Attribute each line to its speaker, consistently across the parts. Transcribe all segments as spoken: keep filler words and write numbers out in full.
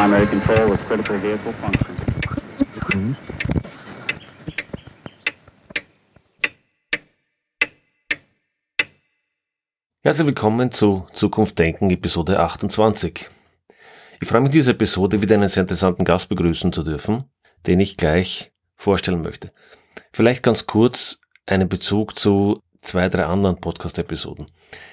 Speaker 1: Primary control with critical vehicle function.
Speaker 2: Herzlich willkommen zu Zukunft Denken Episode achtundzwanzig. Ich freue mich in dieser Episode wieder einen sehr interessanten Gast begrüßen zu dürfen, den ich gleich vorstellen möchte. Vielleicht ganz kurz einen Bezug zu zwei, drei anderen Podcast-Episoden.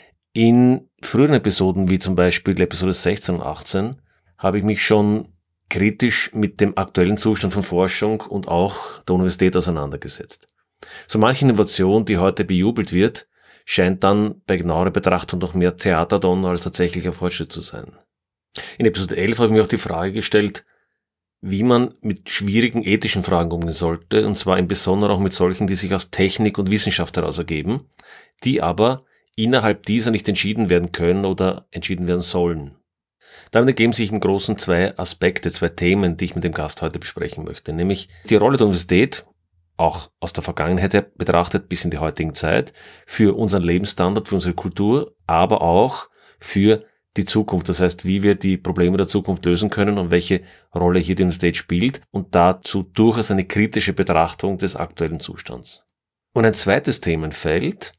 Speaker 2: In früheren Episoden, wie zum Beispiel Episode sechzehn und achtzehn, habe ich mich schon kritisch mit dem aktuellen Zustand von Forschung und auch der Universität auseinandergesetzt. So manche Innovation, die heute bejubelt wird, scheint dann bei genauerer Betrachtung noch mehr Theaterdonner als tatsächlicher Fortschritt zu sein. In Episode elf habe ich mir auch die Frage gestellt, wie man mit schwierigen ethischen Fragen umgehen sollte, und zwar im Besonderen auch mit solchen, die sich aus Technik und Wissenschaft heraus ergeben, die aber innerhalb dieser nicht entschieden werden können oder entschieden werden sollen. Damit ergeben sich im Großen zwei Aspekte, zwei Themen, die ich mit dem Gast heute besprechen möchte, nämlich die Rolle der Universität, auch aus der Vergangenheit betrachtet bis in die heutige Zeit, für unseren Lebensstandard, für unsere Kultur, aber auch für die Zukunft. Das heißt, wie wir die Probleme der Zukunft lösen können und welche Rolle hier die Universität spielt und dazu durchaus eine kritische Betrachtung des aktuellen Zustands. Und ein zweites Themenfeld: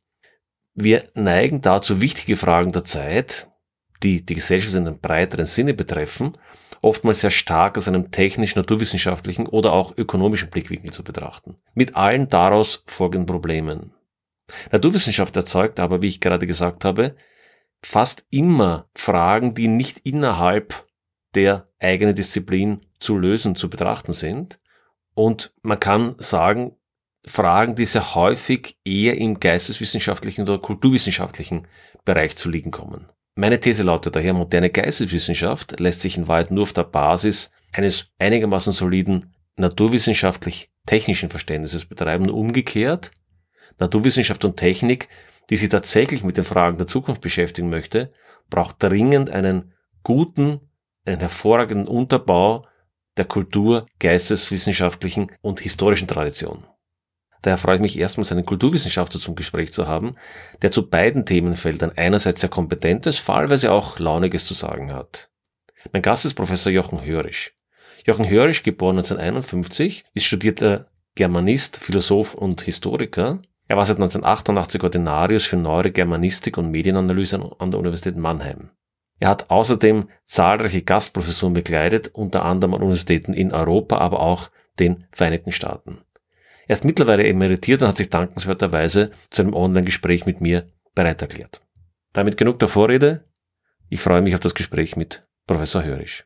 Speaker 2: Wir neigen dazu, wichtige Fragen der Zeit, die die Gesellschaft in einem breiteren Sinne betreffen, oftmals sehr stark aus einem technisch, naturwissenschaftlichen oder auch ökonomischen Blickwinkel zu betrachten. Mit allen daraus folgenden Problemen. Naturwissenschaft erzeugt aber, wie ich gerade gesagt habe, fast immer Fragen, die nicht innerhalb der eigenen Disziplin zu lösen, zu betrachten sind. Und man kann sagen, Fragen, die sehr häufig eher im geisteswissenschaftlichen oder kulturwissenschaftlichen Bereich zu liegen kommen. Meine These lautet daher, moderne Geisteswissenschaft lässt sich in Wahrheit nur auf der Basis eines einigermaßen soliden naturwissenschaftlich-technischen Verständnisses betreiben. Umgekehrt, Naturwissenschaft und Technik, die sich tatsächlich mit den Fragen der Zukunft beschäftigen möchte, braucht dringend einen guten, einen hervorragenden Unterbau der Kultur-, geisteswissenschaftlichen und historischen Tradition. Daher freue ich mich erstmals, einen Kulturwissenschaftler zum Gespräch zu haben, der zu beiden Themenfeldern einerseits sehr kompetentes, fallweise auch Launiges zu sagen hat. Mein Gast ist Professor Jochen Hörisch. Jochen Hörisch, geboren neunzehnhunderteinundfünfzig, ist studierter Germanist, Philosoph und Historiker. Er war seit neunzehnhundertachtundachtzig Ordinarius für Neuere Germanistik und Medienanalyse an der Universität Mannheim. Er hat außerdem zahlreiche Gastprofessuren bekleidet, unter anderem an Universitäten in Europa, aber auch den Vereinigten Staaten. Er ist mittlerweile emeritiert und hat sich dankenswerterweise zu einem Online-Gespräch mit mir bereit erklärt. Damit genug der Vorrede. Ich freue mich auf das Gespräch mit Professor Hörisch.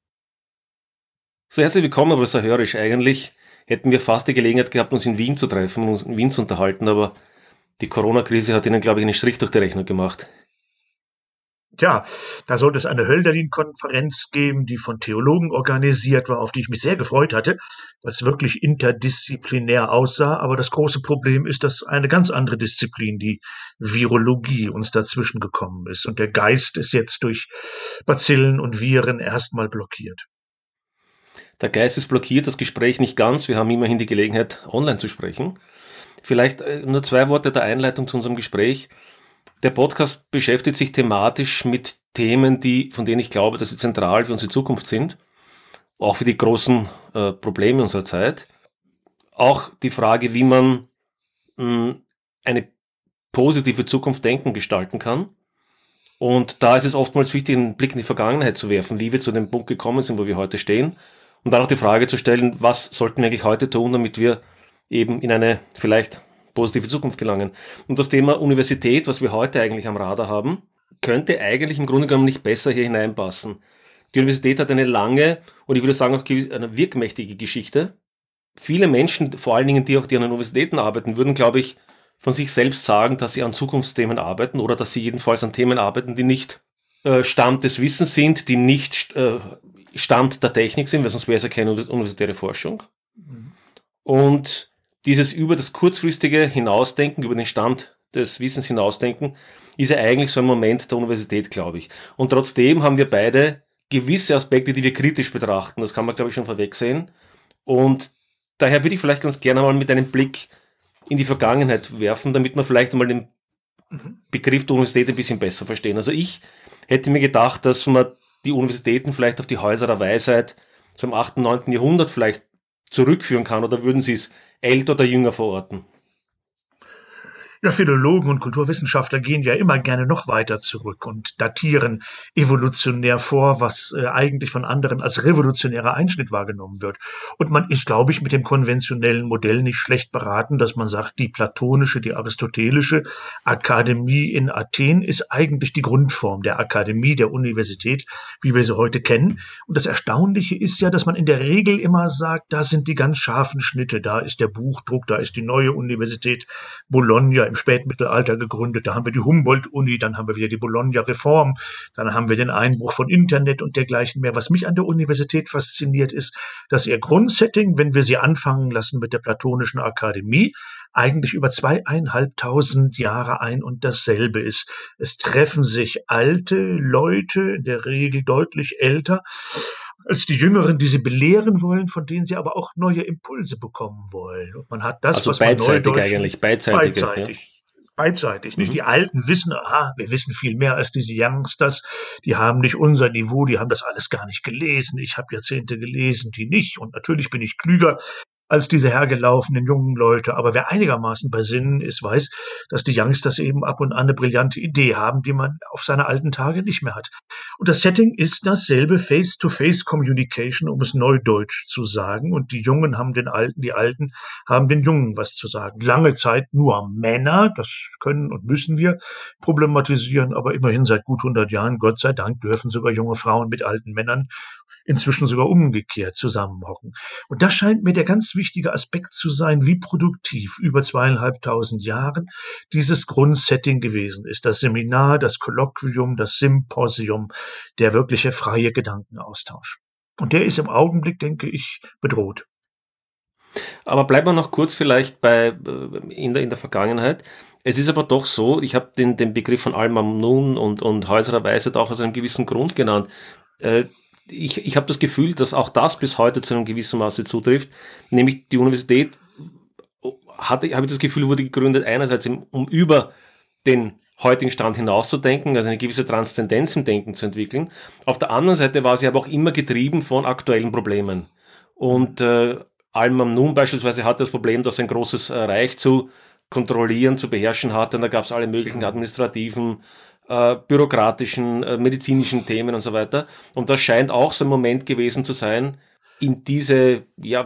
Speaker 2: So, herzlich willkommen, Professor Hörisch. Eigentlich hätten wir fast die Gelegenheit gehabt, uns in Wien zu treffen, uns in Wien zu unterhalten, aber die Corona-Krise hat Ihnen, glaube ich, einen Strich durch die Rechnung gemacht.
Speaker 3: Tja, da sollte es eine Hölderlin-Konferenz geben, die von Theologen organisiert war, auf die ich mich sehr gefreut hatte, weil es wirklich interdisziplinär aussah. Aber das große Problem ist, dass eine ganz andere Disziplin, die Virologie, uns dazwischen gekommen ist. Und der Geist ist jetzt durch Bazillen und Viren erstmal blockiert.
Speaker 2: Der Geist ist blockiert, das Gespräch nicht ganz. Wir haben immerhin die Gelegenheit, online zu sprechen. Vielleicht nur zwei Worte der Einleitung zu unserem Gespräch. Der Podcast beschäftigt sich thematisch mit Themen, die, von denen ich glaube, dass sie zentral für unsere Zukunft sind, auch für die großen äh, Probleme unserer Zeit. Auch die Frage, wie man mh, eine positive Zukunft denken gestalten kann. Und da ist es oftmals wichtig, einen Blick in die Vergangenheit zu werfen, wie wir zu dem Punkt gekommen sind, wo wir heute stehen. Und dann auch die Frage zu stellen, was sollten wir eigentlich heute tun, damit wir eben in eine vielleicht positive Zukunft gelangen. Und das Thema Universität, was wir heute eigentlich am Radar haben, könnte eigentlich im Grunde genommen nicht besser hier hineinpassen. Die Universität hat eine lange und ich würde sagen auch eine wirkmächtige Geschichte. Viele Menschen, vor allen Dingen die auch die an den Universitäten arbeiten, würden, glaube ich, von sich selbst sagen, dass sie an Zukunftsthemen arbeiten oder dass sie jedenfalls an Themen arbeiten, die nicht äh, Stand des Wissens sind, die nicht äh, Stand der Technik sind, weil sonst wäre es ja keine universitäre Forschung. Mhm. Und dieses über das kurzfristige Hinausdenken, über den Stand des Wissens hinausdenken, ist ja eigentlich so ein Moment der Universität, glaube ich. Und trotzdem haben wir beide gewisse Aspekte, die wir kritisch betrachten. Das kann man, glaube ich, schon vorweg sehen. Und daher würde ich vielleicht ganz gerne mal mit einem Blick in die Vergangenheit werfen, damit wir vielleicht mal den Begriff der Universität ein bisschen besser verstehen. Also ich hätte mir gedacht, dass man die Universitäten vielleicht auf die Häuser der Weisheit so im achten, neunten Jahrhundert vielleicht zurückführen kann, oder würden Sie es älter oder jünger verorten?
Speaker 3: Ja, Philologen und Kulturwissenschaftler gehen ja immer gerne noch weiter zurück und datieren evolutionär vor, was äh, eigentlich von anderen als revolutionärer Einschnitt wahrgenommen wird. Und man ist, glaube ich, mit dem konventionellen Modell nicht schlecht beraten, dass man sagt, die platonische, die aristotelische Akademie in Athen ist eigentlich die Grundform der Akademie, der Universität, wie wir sie heute kennen. Und das Erstaunliche ist ja, dass man in der Regel immer sagt, da sind die ganz scharfen Schnitte, da ist der Buchdruck, da ist die neue Universität Bologna im Spätmittelalter gegründet. Da haben wir die Humboldt-Uni, dann haben wir wieder die Bologna-Reform, dann haben wir den Einbruch von Internet und dergleichen mehr. Was mich an der Universität fasziniert, ist, dass ihr Grundsetting, wenn wir sie anfangen lassen mit der Platonischen Akademie, eigentlich über zweieinhalbtausend Jahre ein und dasselbe ist. Es treffen sich alte Leute, in der Regel deutlich älter, als die Jüngeren, die sie belehren wollen, von denen sie aber auch neue Impulse bekommen wollen. Und man hat das,
Speaker 2: Also
Speaker 3: was man
Speaker 2: beidseitig
Speaker 3: Neudeutschen
Speaker 2: eigentlich, beidseitige.
Speaker 3: beidseitig, beidseitig, nicht?
Speaker 2: Mhm.
Speaker 3: Die Alten wissen, aha, wir wissen viel mehr als diese Youngsters, die haben nicht unser Niveau, die haben das alles gar nicht gelesen. Ich habe Jahrzehnte gelesen, die nicht. Und natürlich bin ich klüger als diese hergelaufenen jungen Leute. Aber wer einigermaßen bei Sinnen ist, weiß, dass die Youngsters eben ab und an eine brillante Idee haben, die man auf seine alten Tage nicht mehr hat. Und das Setting ist dasselbe, Face-to-Face-Communication, um es neudeutsch zu sagen. Und die Jungen haben den Alten, die Alten haben den Jungen was zu sagen. Lange Zeit nur Männer, das können und müssen wir problematisieren, aber immerhin seit gut hundert Jahren, Gott sei Dank, dürfen sogar junge Frauen mit alten Männern inzwischen sogar umgekehrt zusammenhocken. Und das scheint mir der ganz wichtige Aspekt zu sein, wie produktiv über zweieinhalbtausend Jahren dieses Grundsetting gewesen ist. Das Seminar, das Kolloquium, das Symposium, der wirkliche freie Gedankenaustausch. Und der ist im Augenblick, denke ich, bedroht.
Speaker 2: Aber bleiben wir noch kurz vielleicht bei äh, in der, in der Vergangenheit. Es ist aber doch so, ich habe den, den Begriff von Al-Mamnun und, und Häuser der Weisheit auch aus einem gewissen Grund genannt. Äh, ich ich habe das Gefühl, dass auch das bis heute zu einem gewissen Maße zutrifft, nämlich die Universität hatte, habe ich das Gefühl, wurde gegründet einerseits, um über den heutigen Stand hinauszudenken, also eine gewisse Transzendenz im Denken zu entwickeln. Auf der anderen Seite war sie aber auch immer getrieben von aktuellen Problemen. Und äh, Al-Mamnun beispielsweise hatte das Problem, dass ein großes äh, Reich zu kontrollieren, zu beherrschen hatte. Und da gab es alle möglichen administrativen, äh, bürokratischen, äh, medizinischen Themen und so weiter. Und das scheint auch so ein Moment gewesen zu sein, in diese ja,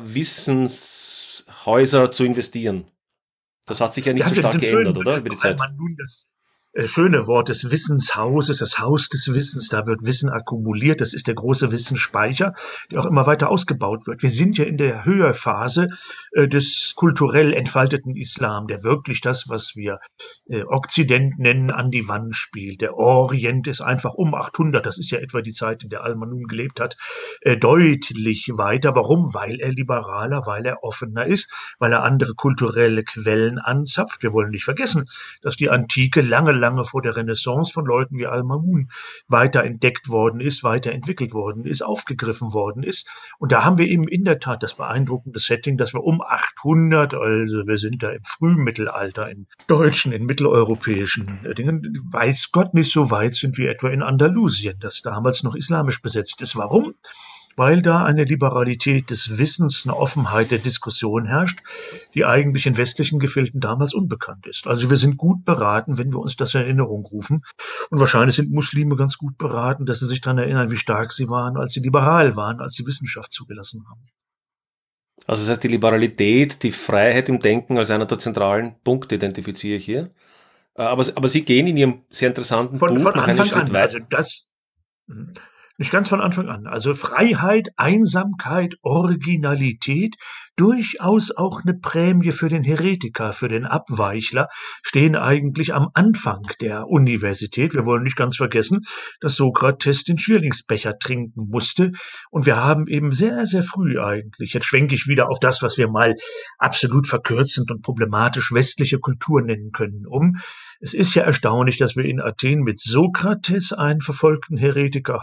Speaker 2: Wissenshäuser zu investieren. Das hat sich ja nicht
Speaker 3: Ja,
Speaker 2: so
Speaker 3: mit
Speaker 2: stark
Speaker 3: diesem
Speaker 2: geändert,
Speaker 3: schönen
Speaker 2: oder?
Speaker 3: Begriff
Speaker 2: Über die
Speaker 3: von
Speaker 2: Zeit.
Speaker 3: Al-Mamnun, das äh, schöne Wort des Wissenshauses, das Haus des Wissens, da wird Wissen akkumuliert, das ist der große Wissensspeicher, der auch immer weiter ausgebaut wird. Wir sind ja in der Höhephase äh, des kulturell entfalteten Islam, der wirklich das, was wir äh, Okzident nennen, an die Wand spielt. Der Orient ist einfach um achthundert, das ist ja etwa die Zeit, in der Al-Mamnun gelebt hat, äh, deutlich weiter. Warum? Weil er liberaler, weil er offener ist, weil er andere kulturelle Quellen anzapft. Wir wollen nicht vergessen, dass die Antike lange, lange vor der Renaissance von Leuten wie Al-Mamnun weiterentdeckt worden ist, weiterentwickelt worden ist, aufgegriffen worden ist. Und da haben wir eben in der Tat das beeindruckende Setting, dass wir um achthundert, also wir sind da im Frühmittelalter, in deutschen, in mitteleuropäischen Dingen, weiß Gott nicht so weit sind wir etwa in Andalusien, das damals noch islamisch besetzt ist. Warum? Weil da eine Liberalität des Wissens, eine Offenheit der Diskussion herrscht, die eigentlich in westlichen Gefilden damals unbekannt ist. Also wir sind gut beraten, wenn wir uns das in Erinnerung rufen. Und wahrscheinlich sind Muslime ganz gut beraten, dass sie sich daran erinnern, wie stark sie waren, als sie liberal waren, als sie Wissenschaft zugelassen haben.
Speaker 2: Also das heißt, die Liberalität, die Freiheit im Denken als einer der zentralen Punkte identifiziere ich hier. Äh, Aber, aber Sie gehen in Ihrem sehr interessanten
Speaker 3: Von,
Speaker 2: Buch
Speaker 3: von
Speaker 2: noch einen
Speaker 3: Anfang
Speaker 2: Schritt
Speaker 3: an,
Speaker 2: weiter.
Speaker 3: also das, nicht ganz von Anfang an. Also Freiheit, Einsamkeit, Originalität, durchaus auch eine Prämie für den Heretiker, für den Abweichler, stehen eigentlich am Anfang der Universität. Wir wollen nicht ganz vergessen, dass Sokrates den Schierlingsbecher trinken musste. Und wir haben eben sehr, sehr früh eigentlich, jetzt schwenke ich wieder auf das, was wir mal absolut verkürzend und problematisch westliche Kultur nennen können, um. Es ist ja erstaunlich, dass wir in Athen mit Sokrates einen verfolgten Heretiker haben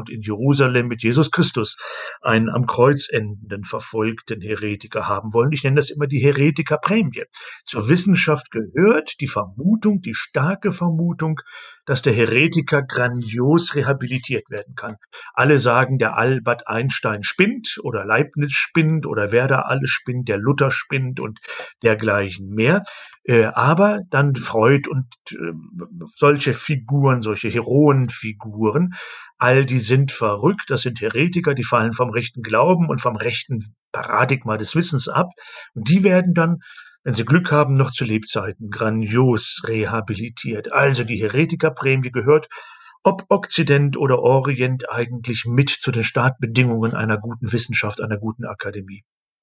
Speaker 3: und in Jerusalem mit Jesus Christus einen am Kreuz endenden, verfolgten Heretiker haben wollen. Ich nenne das immer die Heretikerprämie. Zur Wissenschaft gehört die Vermutung, die starke Vermutung, dass der Heretiker grandios rehabilitiert werden kann. Alle sagen, der Albert Einstein spinnt oder Leibniz spinnt oder wer da alles spinnt, der Luther spinnt und dergleichen mehr. Äh, aber dann Freud und äh, solche Figuren, solche Heroenfiguren, all die sind verrückt, das sind Heretiker, die fallen vom rechten Glauben und vom rechten Paradigma des Wissens ab. Und die werden dann, wenn sie Glück haben, noch zu Lebzeiten grandios rehabilitiert. Also die Heretikerprämie gehört, ob Okzident oder Orient, eigentlich mit zu den Startbedingungen einer guten Wissenschaft, einer guten Akademie.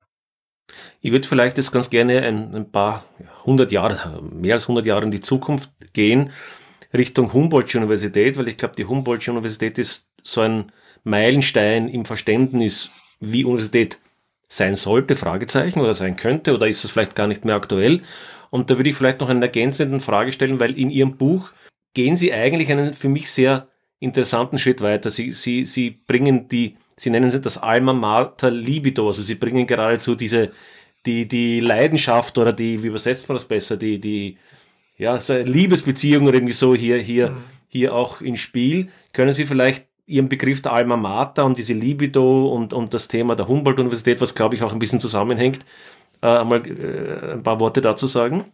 Speaker 2: Ich würde vielleicht jetzt ganz gerne ein, ein paar hundert Jahre, mehr als hundert Jahre in die Zukunft gehen, Richtung Humboldt-Universität, weil ich glaube, die Humboldt-Universität ist so ein Meilenstein im Verständnis, wie Universität sein sollte, Fragezeichen, oder sein könnte, oder ist es vielleicht gar nicht mehr aktuell. Und da würde ich vielleicht noch eine ergänzende Frage stellen, weil in Ihrem Buch gehen Sie eigentlich einen für mich sehr interessanten Schritt weiter. Sie, Sie, Sie bringen die, Sie nennen es das Alma Mater Libido, also Sie bringen geradezu diese, die, die Leidenschaft oder die, wie übersetzt man das besser, die, die, ja, so eine Liebesbeziehung oder irgendwie so hier, hier, mhm. hier auch ins Spiel. Können Sie vielleicht Ihren Begriff der Alma Mater und diese Libido und, und das Thema der Humboldt-Universität, was glaube ich auch ein bisschen zusammenhängt, äh, einmal äh, ein paar Worte dazu sagen?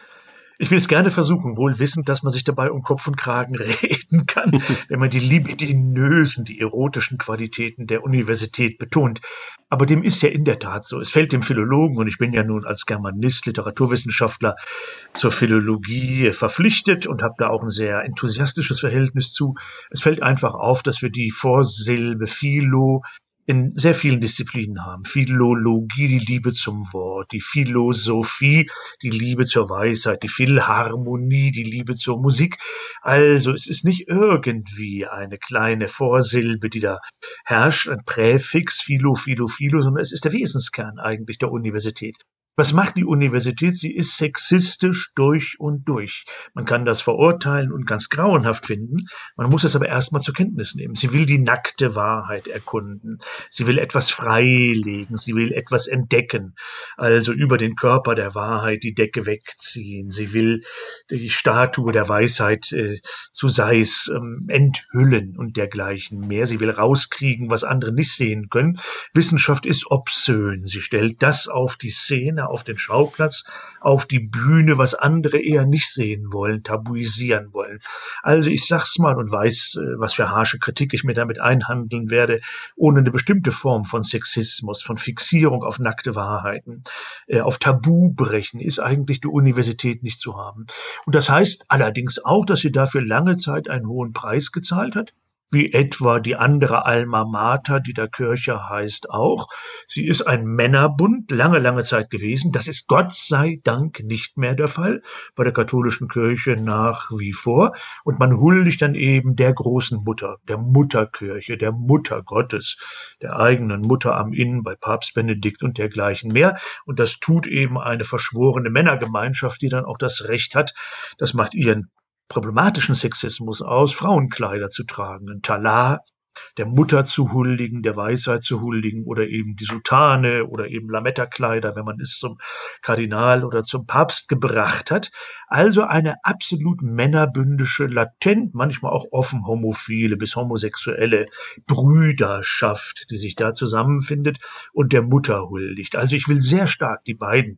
Speaker 3: Ich will es gerne versuchen, wohl wissend, dass man sich dabei um Kopf und Kragen reden kann, wenn man die libidinösen, die erotischen Qualitäten der Universität betont. Aber dem ist ja in der Tat so. Es fällt dem Philologen, und ich bin ja nun als Germanist, Literaturwissenschaftler zur Philologie verpflichtet und habe da auch ein sehr enthusiastisches Verhältnis zu. Es fällt einfach auf, dass wir die Vorsilbe Philo in sehr vielen Disziplinen haben. Philologie, die Liebe zum Wort, die Philosophie, die Liebe zur Weisheit, die Philharmonie, die Liebe zur Musik. Also es ist nicht irgendwie eine kleine Vorsilbe, die da herrscht, ein Präfix, Philo, Philo, Philo, sondern es ist der Wesenskern eigentlich der Universität. Was macht die Universität? Sie ist sexistisch durch und durch. Man kann das verurteilen und ganz grauenhaft finden. Man muss es aber erstmal zur Kenntnis nehmen. Sie will die nackte Wahrheit erkunden. Sie will etwas freilegen. Sie will etwas entdecken. Also über den Körper der Wahrheit die Decke wegziehen. Sie will die Statue der Weisheit äh, zu Seis ähm, enthüllen und dergleichen mehr. Sie will rauskriegen, was andere nicht sehen können. Wissenschaft ist obszön. Sie stellt das auf die Szene, auf den Schauplatz, auf die Bühne, was andere eher nicht sehen wollen, tabuisieren wollen. Also ich sag's mal und weiß, was für harsche Kritik ich mir damit einhandeln werde, ohne eine bestimmte Form von Sexismus, von Fixierung auf nackte Wahrheiten, äh, auf Tabubrechen ist eigentlich die Universität nicht zu haben. Und das heißt allerdings auch, dass sie dafür lange Zeit einen hohen Preis gezahlt hat, wie etwa die andere Alma Mater, die der Kirche heißt, auch. Sie ist ein Männerbund, lange, lange Zeit gewesen. Das ist Gott sei Dank nicht mehr der Fall, bei der katholischen Kirche nach wie vor. Und man huldigt dann eben der großen Mutter, der Mutterkirche, der Mutter Gottes, der eigenen Mutter am Inn bei Papst Benedikt und dergleichen mehr. Und das tut eben eine verschworene Männergemeinschaft, die dann auch das Recht hat, das macht ihren problematischen Sexismus aus, Frauenkleider zu tragen, ein Talar, der Mutter zu huldigen, der Weisheit zu huldigen oder eben die Soutane oder eben Lametta-Kleider, wenn man es zum Kardinal oder zum Papst gebracht hat. Also eine absolut männerbündische, latent, manchmal auch offen homophile bis homosexuelle Brüderschaft, die sich da zusammenfindet und der Mutter huldigt. Also ich will sehr stark die beiden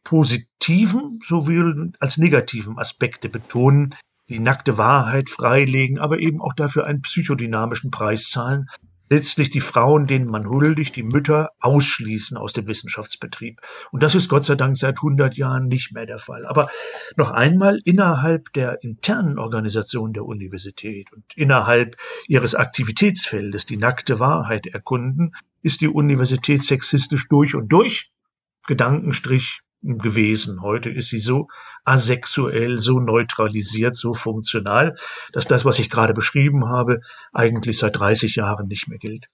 Speaker 3: positiven sowie als negativen Aspekte betonen, die nackte Wahrheit freilegen, aber eben auch dafür einen psychodynamischen Preis zahlen, letztlich die Frauen, denen man huldigt, die Mütter, ausschließen aus dem Wissenschaftsbetrieb. Und das ist Gott sei Dank seit hundert Jahren nicht mehr der Fall. Aber noch einmal, innerhalb der internen Organisation der Universität und innerhalb ihres Aktivitätsfeldes, die nackte Wahrheit erkunden, ist die Universität sexistisch durch und durch, Gedankenstrich, gewesen. Heute ist sie so asexuell, so neutralisiert, so funktional, dass das, was ich gerade beschrieben habe, eigentlich seit dreißig Jahren nicht mehr gilt.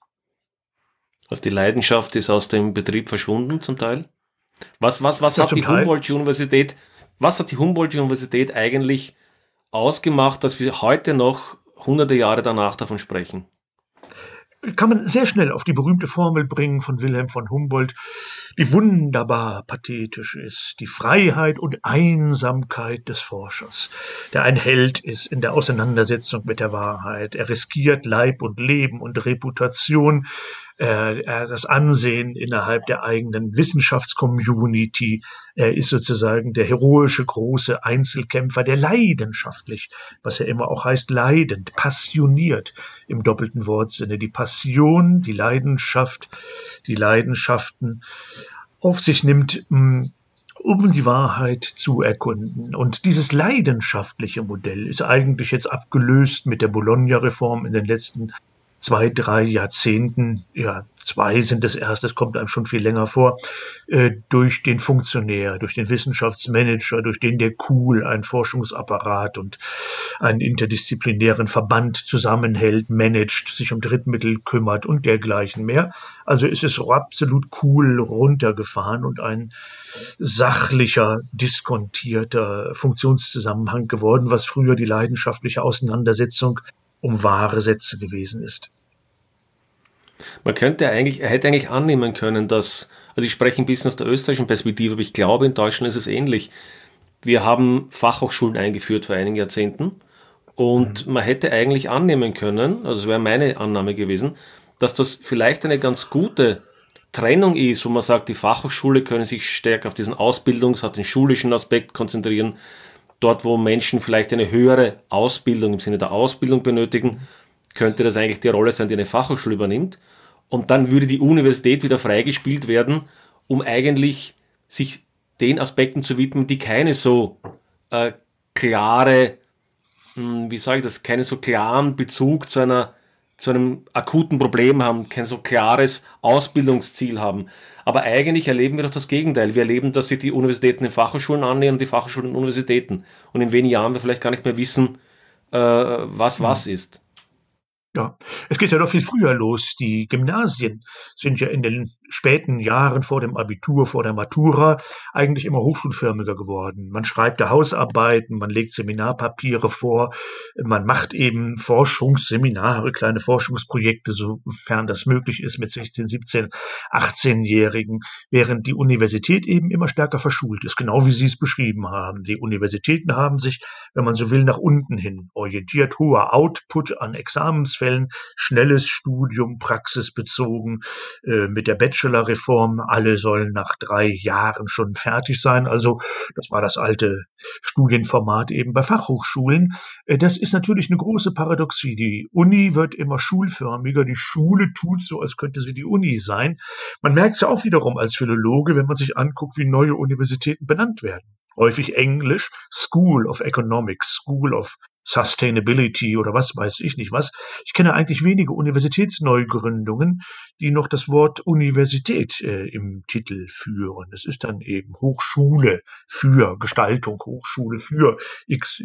Speaker 2: Also die Leidenschaft ist aus dem Betrieb verschwunden zum Teil? Was, was, was ja, hat die Humboldt-Universität, was hat die Humboldt-Universität eigentlich ausgemacht, dass wir heute noch hunderte Jahre danach davon sprechen?
Speaker 3: kann man sehr schnell auf die berühmte Formel bringen von Wilhelm von Humboldt, die wunderbar pathetisch ist, die Freiheit und Einsamkeit des Forschers, der ein Held ist in der Auseinandersetzung mit der Wahrheit. Er riskiert Leib und Leben und Reputation, äh, er das Ansehen innerhalb der eigenen Wissenschaftscommunity. Er ist sozusagen der heroische große Einzelkämpfer, der leidenschaftlich, was ja immer auch heißt, leidend, passioniert im doppelten Wortsinne, die Passion, die Leidenschaft, die Leidenschaften auf sich nimmt, um die Wahrheit zu erkunden. Und dieses leidenschaftliche Modell ist eigentlich jetzt abgelöst mit der Bologna-Reform in den letzten zwei, drei Jahrzehnten, ja, zwei sind es erst, das kommt einem schon viel länger vor, äh, durch den Funktionär, durch den Wissenschaftsmanager, durch den der Cool ein Forschungsapparat und einen interdisziplinären Verband zusammenhält, managt, sich um Drittmittel kümmert und dergleichen mehr. Also ist es absolut cool runtergefahren und ein sachlicher, diskontierter Funktionszusammenhang geworden, was früher die leidenschaftliche Auseinandersetzung um wahre Sätze gewesen ist.
Speaker 2: Man könnte eigentlich, er hätte eigentlich annehmen können, dass, also ich spreche ein bisschen aus der österreichischen Perspektive, aber ich glaube, in Deutschland ist es ähnlich. Wir haben Fachhochschulen eingeführt vor einigen Jahrzehnten und mhm. man hätte eigentlich annehmen können, also es wäre meine Annahme gewesen, dass das vielleicht eine ganz gute Trennung ist, wo man sagt, die Fachhochschule können sich stärker auf diesen Ausbildungs-, auf den schulischen Aspekt konzentrieren. Dort, wo Menschen vielleicht eine höhere Ausbildung im Sinne der Ausbildung benötigen, könnte das eigentlich die Rolle sein, die eine Fachhochschule übernimmt. Und dann würde die Universität wieder freigespielt werden, um eigentlich sich den Aspekten zu widmen, die keine so äh, klare, mh, wie sage ich das, keinen so klaren Bezug zu einer zu einem akuten Problem haben, kein so klares Ausbildungsziel haben. Aber eigentlich erleben wir doch das Gegenteil. Wir erleben, dass sich die Universitäten den Fachhochschulen annähern und die Fachhochschulen den Universitäten. Und in wenigen Jahren wir vielleicht gar nicht mehr wissen, äh, was was ist.
Speaker 3: Ja, es geht ja noch viel früher los. Die Gymnasien sind ja in den späten Jahren vor dem Abitur, vor der Matura eigentlich immer hochschulförmiger geworden. Man schreibt da Hausarbeiten, man legt Seminarpapiere vor, man macht eben Forschungsseminare, kleine Forschungsprojekte, sofern das möglich ist mit sechzehn, siebzehn, achtzehnjährigen, während die Universität eben immer stärker verschult ist, genau wie Sie es beschrieben haben. Die Universitäten haben sich, wenn man so will, nach unten hin orientiert, hoher Output an Examensfällen, schnelles Studium, praxisbezogen, äh, mit der Bachelor-Reform. Alle sollen nach drei Jahren schon fertig sein. Also das war das alte Studienformat eben bei Fachhochschulen. Äh, das ist natürlich eine große Paradoxie. Die Uni wird immer schulförmiger. Die Schule tut so, als könnte sie die Uni sein. Man merkt es ja auch wiederum als Philologe, wenn man sich anguckt, wie neue Universitäten benannt werden. Häufig Englisch, School of Economics, School of Sustainability oder was weiß ich nicht was. Ich kenne eigentlich wenige Universitätsneugründungen, die noch das Wort Universität äh, im Titel führen. Es ist dann eben Hochschule für Gestaltung, Hochschule für X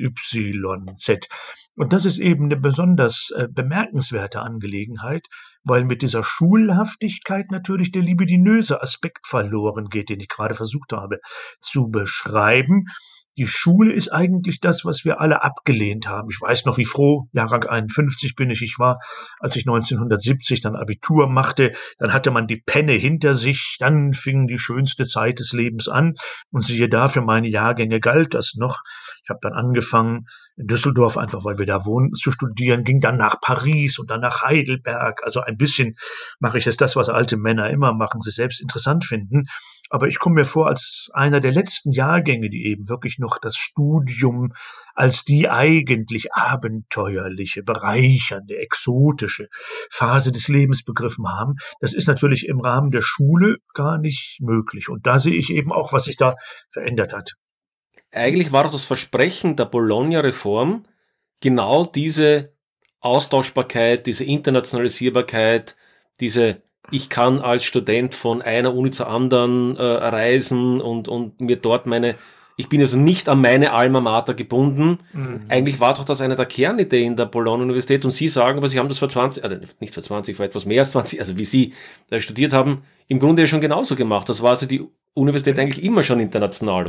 Speaker 3: Y Z. Und das ist eben eine besonders äh, bemerkenswerte Angelegenheit, weil mit dieser Schulhaftigkeit natürlich der libidinöse Aspekt verloren geht, den ich gerade versucht habe zu beschreiben. Die Schule ist eigentlich das, was wir alle abgelehnt haben. Ich weiß noch, wie froh, Jahrgang einundfünfzig bin ich, ich war, als ich neunzehnhundertsiebzig dann Abitur machte, dann hatte man die Penne hinter sich, dann fing die schönste Zeit des Lebens an und siehe da, für meine Jahrgänge galt das noch. Ich habe dann angefangen in Düsseldorf, einfach weil wir da wohnen, zu studieren, ging dann nach Paris und dann nach Heidelberg. Also ein bisschen mache ich jetzt das, was alte Männer immer machen, sich selbst interessant finden. Aber ich komme mir vor als einer der letzten Jahrgänge, die eben wirklich noch das Studium als die eigentlich abenteuerliche, bereichernde, exotische Phase des Lebens begriffen haben. Das ist natürlich im Rahmen der Schule gar nicht möglich. Und da sehe ich eben auch, was sich da verändert hat.
Speaker 2: Eigentlich war doch das Versprechen der Bologna-Reform genau diese Austauschbarkeit, diese Internationalisierbarkeit, diese ich kann als Student von einer Uni zur anderen äh, reisen und, und mir dort meine, ich bin also nicht an meine Alma Mater gebunden. Mhm. Eigentlich war doch das eine der Kernideen der Bologna-Universität und Sie sagen, aber Sie haben das vor zwanzig, äh, nicht vor zwanzig, vor etwas mehr als zwanzig, also wie Sie äh, studiert haben, im Grunde ja schon genauso gemacht. Das war also die Universität eigentlich immer schon international, oder?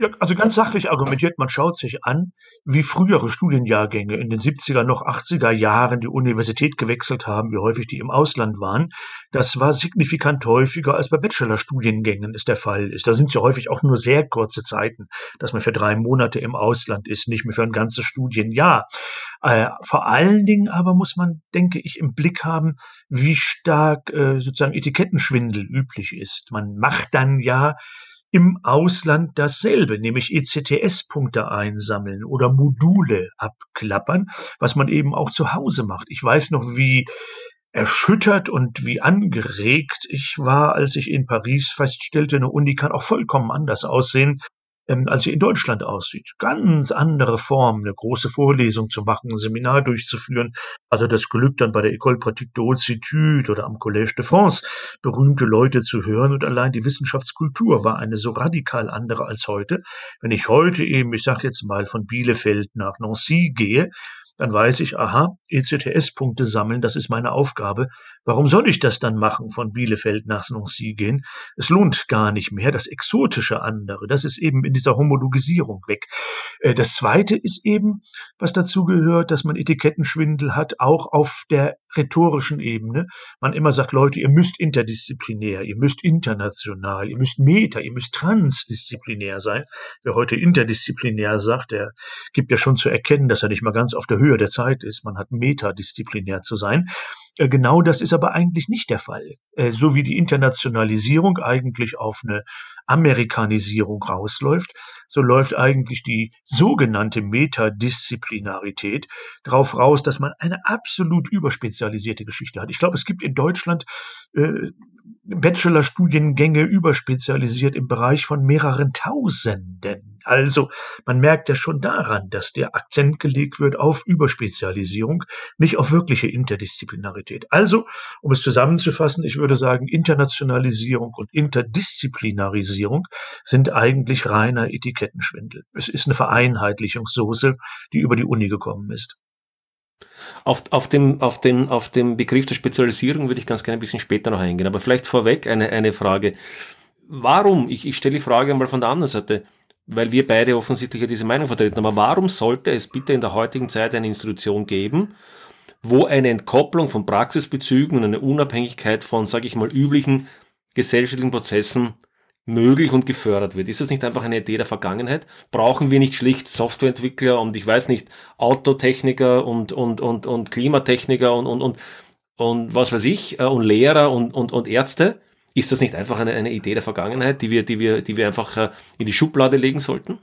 Speaker 3: Ja, also ganz sachlich argumentiert, man schaut sich an, wie frühere Studienjahrgänge in den siebziger, noch achtziger Jahren die Universität gewechselt haben, wie häufig die im Ausland waren. Das war signifikant häufiger als bei Bachelorstudiengängen es der Fall ist. Da sind es ja häufig auch nur sehr kurze Zeiten, dass man für drei Monate im Ausland ist, nicht mehr für ein ganzes Studienjahr. Äh, vor allen Dingen aber muss man, denke ich, im Blick haben, wie stark äh, sozusagen Etikettenschwindel üblich ist. Man macht dann ja im Ausland dasselbe, nämlich E C T S-Punkte einsammeln oder Module abklappern, was man eben auch zu Hause macht. Ich weiß noch, wie erschüttert und wie angeregt ich war, als ich in Paris feststellte, eine Uni kann auch vollkommen anders aussehen, ähm, als sie in Deutschland aussieht. Ganz andere Form, eine große Vorlesung zu machen, ein Seminar durchzuführen. Also das Glück, dann bei der École Pratique de Haute Étude oder am Collège de France berühmte Leute zu hören, und allein die Wissenschaftskultur war eine so radikal andere als heute. Wenn ich heute eben, ich sage jetzt mal, von Bielefeld nach Nancy gehe, dann weiß ich, aha, E C T S-Punkte sammeln, das ist meine Aufgabe. Warum soll ich das dann machen, von Bielefeld nach Nancy gehen? Es lohnt gar nicht mehr. Das exotische andere, das ist eben in dieser Homologisierung weg. Äh, Das Zweite ist eben, was dazu gehört, dass man Etikettenschwindel hat, auch auf der rhetorischen Ebene. Man immer sagt, Leute, ihr müsst interdisziplinär, ihr müsst international, ihr müsst meta, ihr müsst transdisziplinär sein. Wer heute interdisziplinär sagt, der gibt ja schon zu erkennen, dass er nicht mal ganz auf der Höhe der Zeit ist. Man hat metadisziplinär zu sein. Äh, Genau das ist aber eigentlich nicht der Fall. Äh, So wie die Internationalisierung eigentlich auf eine Amerikanisierung rausläuft, so läuft eigentlich die sogenannte Metadisziplinarität drauf raus, dass man eine absolut überspezialisierte Geschichte hat. Ich glaube, es gibt in Deutschland äh, Bachelorstudiengänge überspezialisiert im Bereich von mehreren Tausenden. Also man merkt ja schon daran, dass der Akzent gelegt wird auf Überspezialisierung, nicht auf wirkliche Interdisziplinarität. Also, um es zusammenzufassen, ich würde sagen, Internationalisierung und Interdisziplinarisierung sind eigentlich reiner Etikettenschwindel. Es ist eine Vereinheitlichungssoße, die über die Uni gekommen ist.
Speaker 2: Auf, auf, dem, auf, den, auf den Begriff der Spezialisierung würde ich ganz gerne ein bisschen später noch eingehen. Aber vielleicht vorweg eine, eine Frage. Warum, ich, ich stelle die Frage mal von der anderen Seite, weil wir beide offensichtlich ja diese Meinung vertreten, aber warum sollte es bitte in der heutigen Zeit eine Institution geben, wo eine Entkopplung von Praxisbezügen und eine Unabhängigkeit von, sage ich mal, üblichen gesellschaftlichen Prozessen möglich und gefördert wird? Ist das nicht einfach eine Idee der Vergangenheit? Brauchen wir nicht schlicht Softwareentwickler und ich weiß nicht, Autotechniker und, und, und, und Klimatechniker und, und, und, und was weiß ich, äh, und Lehrer und, und, und Ärzte? Ist das nicht einfach eine, eine Idee der Vergangenheit, die wir, die wir, die wir einfach äh, in die Schublade legen sollten?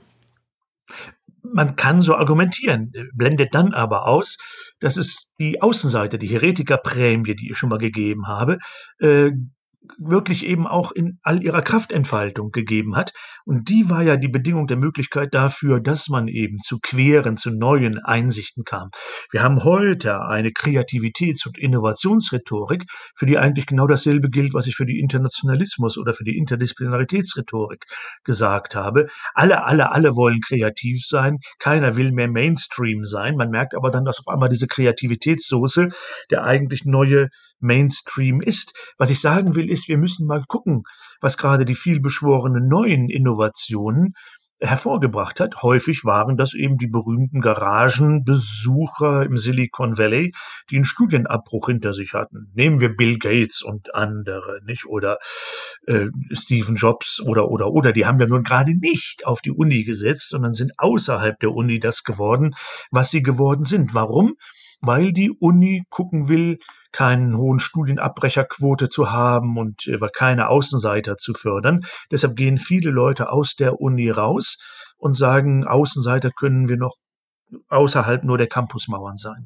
Speaker 3: Man kann so argumentieren, blendet dann aber aus, dass es die Außenseite, die Heretikerprämie, die ich schon mal gegeben habe, äh, wirklich eben auch in all ihrer Kraftentfaltung gegeben hat. Und die war ja die Bedingung der Möglichkeit dafür, dass man eben zu queren, zu neuen Einsichten kam. Wir haben heute eine Kreativitäts- und Innovationsrhetorik, für die eigentlich genau dasselbe gilt, was ich für die Internationalismus- oder für die Interdisziplinaritätsrhetorik gesagt habe. Alle, alle, alle wollen kreativ sein. Keiner will mehr Mainstream sein. Man merkt aber dann, dass auf einmal diese Kreativitätssoße der eigentlich neue Mainstream ist. Was ich sagen will, ist, wir müssen mal gucken, was gerade die vielbeschworenen neuen Innovationen hervorgebracht hat. Häufig waren das eben die berühmten Garagenbesucher im Silicon Valley, die einen Studienabbruch hinter sich hatten. Nehmen wir Bill Gates und andere, nicht? Oder äh, Steve Jobs oder, oder, oder. Die haben ja nun gerade nicht auf die Uni gesetzt, sondern sind außerhalb der Uni das geworden, was sie geworden sind. Warum? Weil die Uni gucken will, keinen hohen Studienabbrecherquote zu haben und äh, keine Außenseiter zu fördern. Deshalb gehen viele Leute aus der Uni raus und sagen, Außenseiter können wir noch außerhalb nur der Campusmauern sein.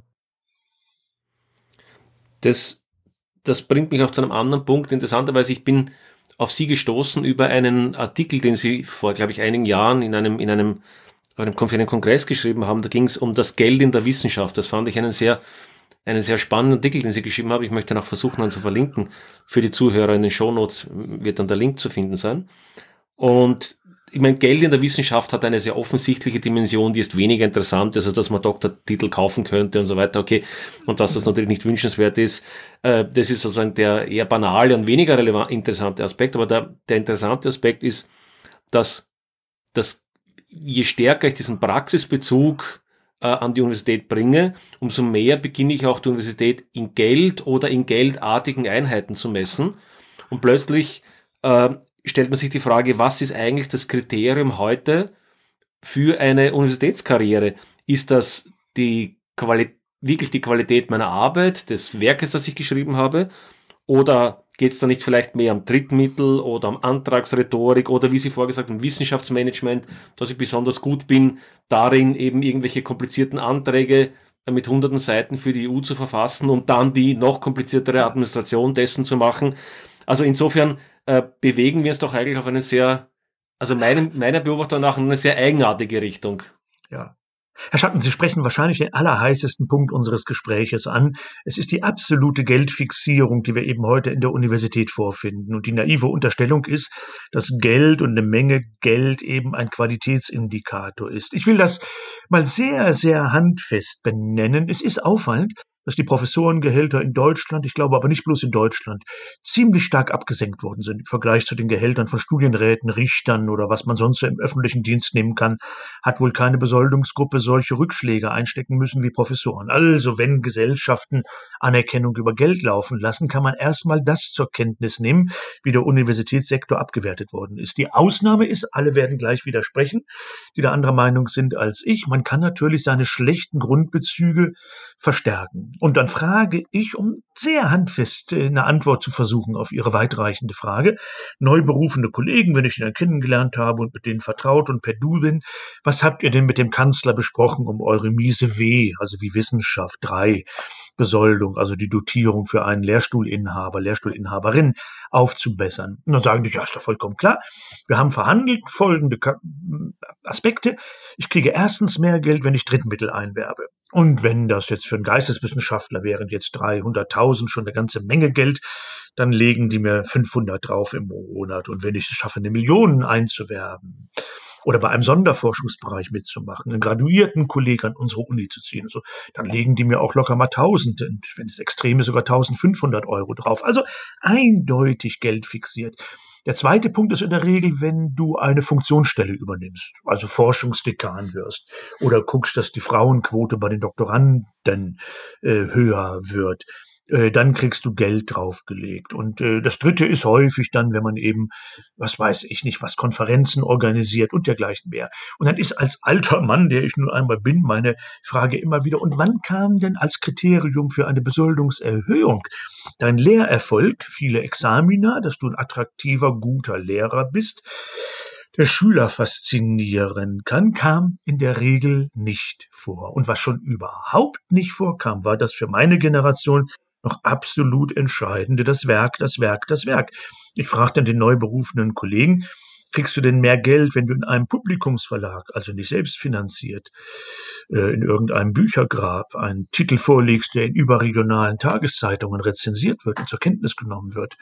Speaker 2: Das, das bringt mich auch zu einem anderen Punkt. Interessanterweise, ich bin auf Sie gestoßen über einen Artikel, den Sie vor, glaube ich, einigen Jahren in einem, in einem, auf einem, für einen Kongress geschrieben haben. Da ging es um das Geld in der Wissenschaft. Das fand ich einen sehr einen sehr spannenden Artikel, den Sie geschrieben haben. Ich möchte noch versuchen, dann zu verlinken. Für die Zuhörer in den Shownotes wird dann der Link zu finden sein. Und ich meine, Geld in der Wissenschaft hat eine sehr offensichtliche Dimension, die ist weniger interessant, also dass man Doktortitel kaufen könnte und so weiter, okay, und dass das natürlich nicht wünschenswert ist. Das ist sozusagen der eher banale und weniger relevant interessante Aspekt, aber der, der interessante Aspekt ist, dass das je stärker ich diesen Praxisbezug äh, an die Universität bringe, umso mehr beginne ich auch die Universität in Geld oder in geldartigen Einheiten zu messen. Und plötzlich äh, stellt man sich die Frage, was ist eigentlich das Kriterium heute für eine Universitätskarriere? Ist das die Qualität, wirklich die Qualität meiner Arbeit, des Werkes, das ich geschrieben habe? Oder geht es da nicht vielleicht mehr um Drittmittel oder um Antragsrhetorik oder, wie Sie vorgesagt haben, Wissenschaftsmanagement, dass ich besonders gut bin, darin eben irgendwelche komplizierten Anträge mit hunderten Seiten für die E U zu verfassen und dann die noch kompliziertere Administration dessen zu machen? Also insofern äh, bewegen wir uns doch eigentlich auf eine sehr, also meinem, meiner Beobachtung nach, eine sehr eigenartige Richtung.
Speaker 3: Ja. Herr Schatten, Sie sprechen wahrscheinlich den allerheißesten Punkt unseres Gespräches an. Es ist die absolute Geldfixierung, die wir eben heute in der Universität vorfinden. Und die naive Unterstellung ist, dass Geld und eine Menge Geld eben ein Qualitätsindikator ist. Ich will das mal sehr, sehr handfest benennen. Es ist auffallend, dass die Professorengehälter in Deutschland, ich glaube aber nicht bloß in Deutschland, ziemlich stark abgesenkt worden sind im Vergleich zu den Gehältern von Studienräten, Richtern oder was man sonst so im öffentlichen Dienst nehmen kann, hat wohl keine Besoldungsgruppe solche Rückschläge einstecken müssen wie Professoren. Also wenn Gesellschaften Anerkennung über Geld laufen lassen, kann man erstmal das zur Kenntnis nehmen, wie der Universitätssektor abgewertet worden ist. Die Ausnahme ist, alle werden gleich widersprechen, die da anderer Meinung sind als ich, man kann natürlich seine schlechten Grundbezüge verstärken. Und dann frage ich, um sehr handfest eine Antwort zu versuchen auf Ihre weitreichende Frage, neu berufene Kollegen, wenn ich die dann kennengelernt habe und mit denen vertraut und per Du bin, was habt ihr denn mit dem Kanzler besprochen, um eure miese W, also wie Wissenschaft drei, Besoldung, also die Dotierung für einen Lehrstuhlinhaber, Lehrstuhlinhaberin aufzubessern? Und dann sagen die, ja, ist doch vollkommen klar. Wir haben verhandelt, folgende Aspekte. Ich kriege erstens mehr Geld, wenn ich Drittmittel einwerbe. Und wenn das jetzt für einen Geisteswissenschaftler wären jetzt dreihunderttausend schon eine ganze Menge Geld, dann legen die mir fünfhundert drauf im Monat. Und wenn ich es schaffe, eine Million einzuwerben oder bei einem Sonderforschungsbereich mitzumachen, einen graduierten Kollegen an unsere Uni zu ziehen, so, dann legen die mir auch locker mal tausend und wenn es extrem ist, sogar eintausendfünfhundert Euro drauf. Also eindeutig Geld fixiert. Der zweite Punkt ist in der Regel, wenn du eine Funktionsstelle übernimmst, also Forschungsdekan wirst oder guckst, dass die Frauenquote bei den Doktoranden äh, höher wird, äh, dann kriegst du Geld draufgelegt. Und äh, das dritte ist häufig dann, wenn man eben, was weiß ich nicht, was Konferenzen organisiert und dergleichen mehr. Und dann ist als alter Mann, der ich nun einmal bin, meine Frage immer wieder, und wann kam denn als Kriterium für eine Besoldungserhöhung dein Lehrerfolg, viele Examina, dass du ein attraktiver, guter Lehrer bist, der Schüler faszinieren kann, kam in der Regel nicht vor. Und was schon überhaupt nicht vorkam, war das für meine Generation noch absolut Entscheidende, das Werk, das Werk, das Werk. Ich fragte dann den neu berufenen Kollegen, kriegst du denn mehr Geld, wenn du in einem Publikumsverlag, also nicht selbst finanziert, in irgendeinem Büchergrab einen Titel vorlegst, der in überregionalen Tageszeitungen rezensiert wird und zur Kenntnis genommen wird?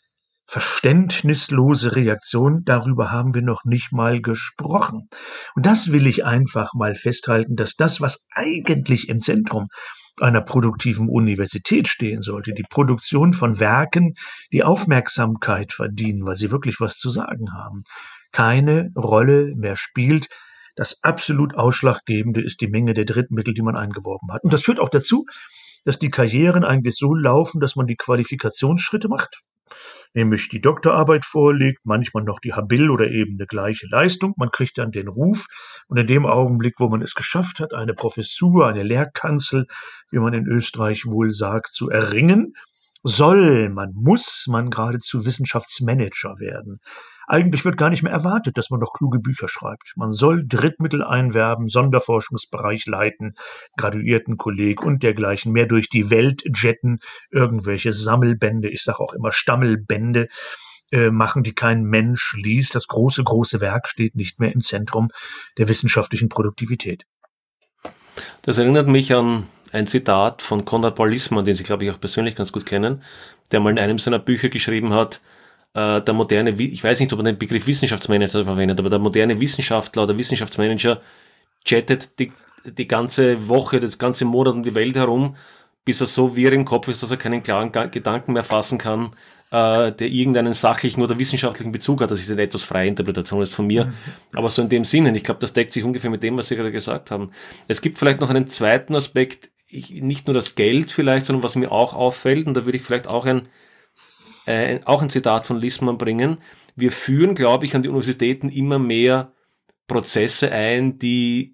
Speaker 3: Verständnislose Reaktion, darüber haben wir noch nicht mal gesprochen. Und das will ich einfach mal festhalten, dass das, was eigentlich im Zentrum einer produktiven Universität stehen sollte, die Produktion von Werken, die Aufmerksamkeit verdienen, weil sie wirklich was zu sagen haben, keine Rolle mehr spielt. Das absolut Ausschlaggebende ist die Menge der Drittmittel, die man eingeworben hat. Und das führt auch dazu, dass die Karrieren eigentlich so laufen, dass man die Qualifikationsschritte macht, nämlich die Doktorarbeit vorlegt, manchmal noch die Habil oder eben eine gleiche Leistung. Man kriegt dann den Ruf und in dem Augenblick, wo man es geschafft hat, eine Professur, eine Lehrkanzel, wie man in Österreich wohl sagt, zu erringen, soll man, muss man geradezu Wissenschaftsmanager werden. Eigentlich wird gar nicht mehr erwartet, dass man noch kluge Bücher schreibt. Man soll Drittmittel einwerben, Sonderforschungsbereich leiten, Graduiertenkolleg und dergleichen, mehr durch die Welt jetten, irgendwelche Sammelbände, ich sage auch immer Stammelbände, äh, machen, die kein Mensch liest. Das große, große Werk steht nicht mehr im Zentrum der wissenschaftlichen Produktivität.
Speaker 2: Das erinnert mich an ein Zitat von Konrad Paul Lißmann, den Sie, glaube ich, auch persönlich ganz gut kennen, der mal in einem seiner Bücher geschrieben hat, äh, der moderne, ich weiß nicht, ob er den Begriff Wissenschaftsmanager verwendet, aber der moderne Wissenschaftler oder Wissenschaftsmanager chattet die, die ganze Woche, das ganze Monat um die Welt herum, bis er so wirr im Kopf ist, dass er keinen klaren Gedanken mehr fassen kann, äh, der irgendeinen sachlichen oder wissenschaftlichen Bezug hat. Das ist eine etwas freie Interpretation ist von mir. Mhm. Aber so in dem Sinne, ich glaube, das deckt sich ungefähr mit dem, was Sie gerade gesagt haben. Es gibt vielleicht noch einen zweiten Aspekt, ich, nicht nur das Geld vielleicht, sondern was mir auch auffällt, und da würde ich vielleicht auch ein, äh, auch ein Zitat von Lissmann bringen. Wir führen, glaube ich, an die Universitäten immer mehr Prozesse ein, die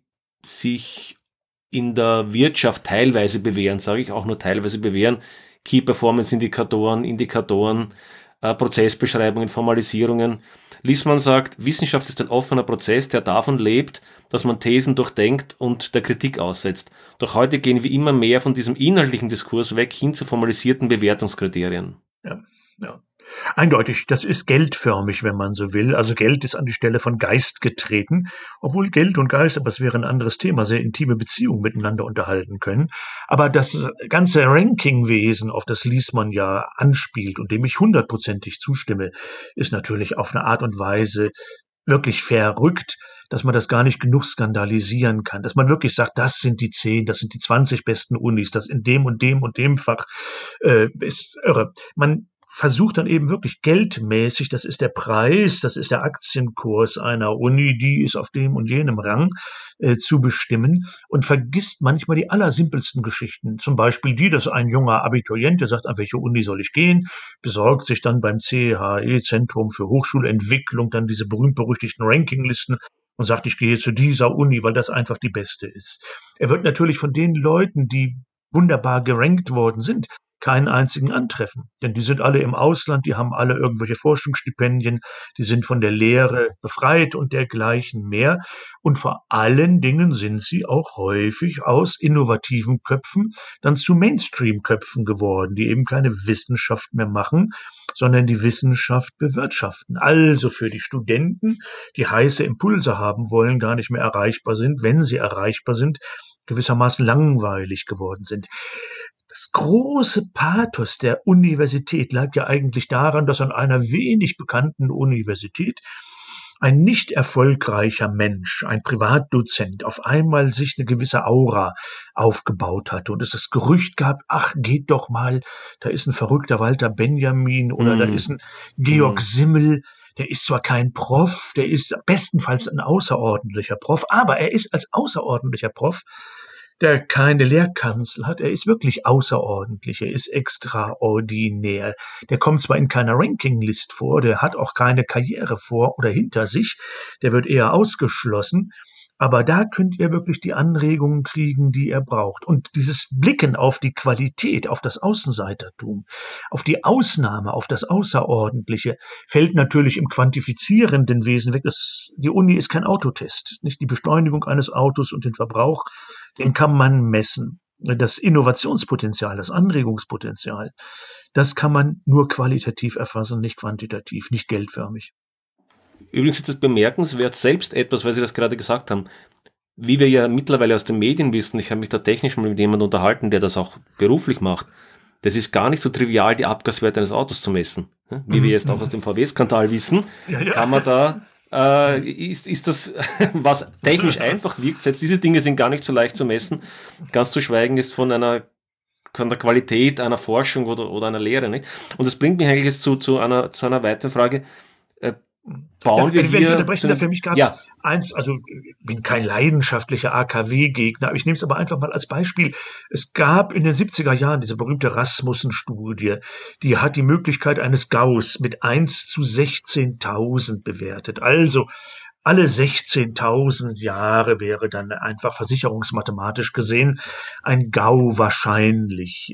Speaker 2: sich in der Wirtschaft teilweise bewähren, sage ich auch nur teilweise bewähren. Key-Performance-Indikatoren, Indikatoren, äh, Prozessbeschreibungen, Formalisierungen. Lissmann sagt, Wissenschaft ist ein offener Prozess, der davon lebt, dass man Thesen durchdenkt und der Kritik aussetzt. Doch heute gehen wir immer mehr von diesem inhaltlichen Diskurs weg hin zu formalisierten Bewertungskriterien.
Speaker 3: Ja, ja. Eindeutig, das ist geldförmig, wenn man so will. Also Geld ist an die Stelle von Geist getreten, obwohl Geld und Geist, aber es wäre ein anderes Thema, sehr intime Beziehungen miteinander unterhalten können. Aber das ganze Rankingwesen, auf das Lissmann ja anspielt und dem ich hundertprozentig zustimme, ist natürlich auf eine Art und Weise wirklich verrückt, dass man das gar nicht genug skandalisieren kann, dass man wirklich sagt, das sind die zehn, das sind die zwanzig besten Unis, das in dem und dem und dem Fach äh, ist irre. Man versucht dann eben wirklich geldmäßig, das ist der Preis, das ist der Aktienkurs einer Uni, die ist auf dem und jenem Rang, äh, zu bestimmen und vergisst manchmal die allersimpelsten Geschichten. Zum Beispiel die, dass ein junger Abiturient, der sagt, an welche Uni soll ich gehen, besorgt sich dann beim C H E, Zentrum für Hochschulentwicklung, dann diese berühmt-berüchtigten Rankinglisten und sagt, ich gehe zu dieser Uni, weil das einfach die beste ist. Er wird natürlich von den Leuten, die wunderbar gerankt worden sind, keinen einzigen antreffen. Denn die sind alle im Ausland, die haben alle irgendwelche Forschungsstipendien, die sind von der Lehre befreit und dergleichen mehr. Und vor allen Dingen sind sie auch häufig aus innovativen Köpfen dann zu Mainstream-Köpfen geworden, die eben keine Wissenschaft mehr machen, sondern die Wissenschaft bewirtschaften. Also für die Studenten, die heiße Impulse haben wollen, gar nicht mehr erreichbar sind, wenn sie erreichbar sind, gewissermaßen langweilig geworden sind. Das große Pathos der Universität lag ja eigentlich daran, dass an einer wenig bekannten Universität ein nicht erfolgreicher Mensch, ein Privatdozent, auf einmal sich eine gewisse Aura aufgebaut hatte und es das Gerücht gab, ach, geht doch mal, da ist ein verrückter Walter Benjamin oder mm. da ist ein Georg mm. Simmel, der ist zwar kein Prof, der ist bestenfalls ein außerordentlicher Prof, aber er ist als außerordentlicher Prof, der keine Lehrkanzel hat, er ist wirklich außerordentlich, er ist extraordinär. Der kommt zwar in keiner Rankinglist vor, der hat auch keine Karriere vor oder hinter sich, der wird eher ausgeschlossen, aber da könnt ihr wirklich die Anregungen kriegen, die ihr braucht. Und dieses Blicken auf die Qualität, auf das Außenseitertum, auf die Ausnahme, auf das Außerordentliche, fällt natürlich im quantifizierenden Wesen weg. Das, die Uni ist kein Autotest, nicht die Beschleunigung eines Autos und den Verbrauch, den kann man messen. Das Innovationspotenzial, das Anregungspotenzial, das kann man nur qualitativ erfassen, nicht quantitativ, nicht geldförmig.
Speaker 2: Übrigens ist es bemerkenswert, selbst etwas, weil Sie das gerade gesagt haben, wie wir ja mittlerweile aus den Medien wissen, ich habe mich da technisch mal mit jemandem unterhalten, der das auch beruflich macht, das ist gar nicht so trivial, die Abgaswerte eines Autos zu messen. Wie wir jetzt auch aus dem V W-Skandal wissen, ja, ja. kann man da, äh, ist, ist das, was technisch einfach wirkt, selbst diese Dinge sind gar nicht so leicht zu messen, ganz zu schweigen ist von einer von der Qualität einer Forschung oder, oder einer Lehre, nicht? Und das bringt mich eigentlich jetzt zu, zu einer, zu einer weiteren Frage. Äh, bauen ja, wir wenn hier... Ich unterbrechen darf,
Speaker 3: für mich gab es ja. eins, also ich bin kein leidenschaftlicher A K W-Gegner, aber ich nehme es aber einfach mal als Beispiel. Es gab in den siebziger Jahren diese berühmte Rasmussen-Studie, die hat die Möglichkeit eines Gauss mit eins zu sechzehntausend bewertet. Also alle sechzehntausend Jahre wäre dann einfach versicherungsmathematisch gesehen ein GAU wahrscheinlich.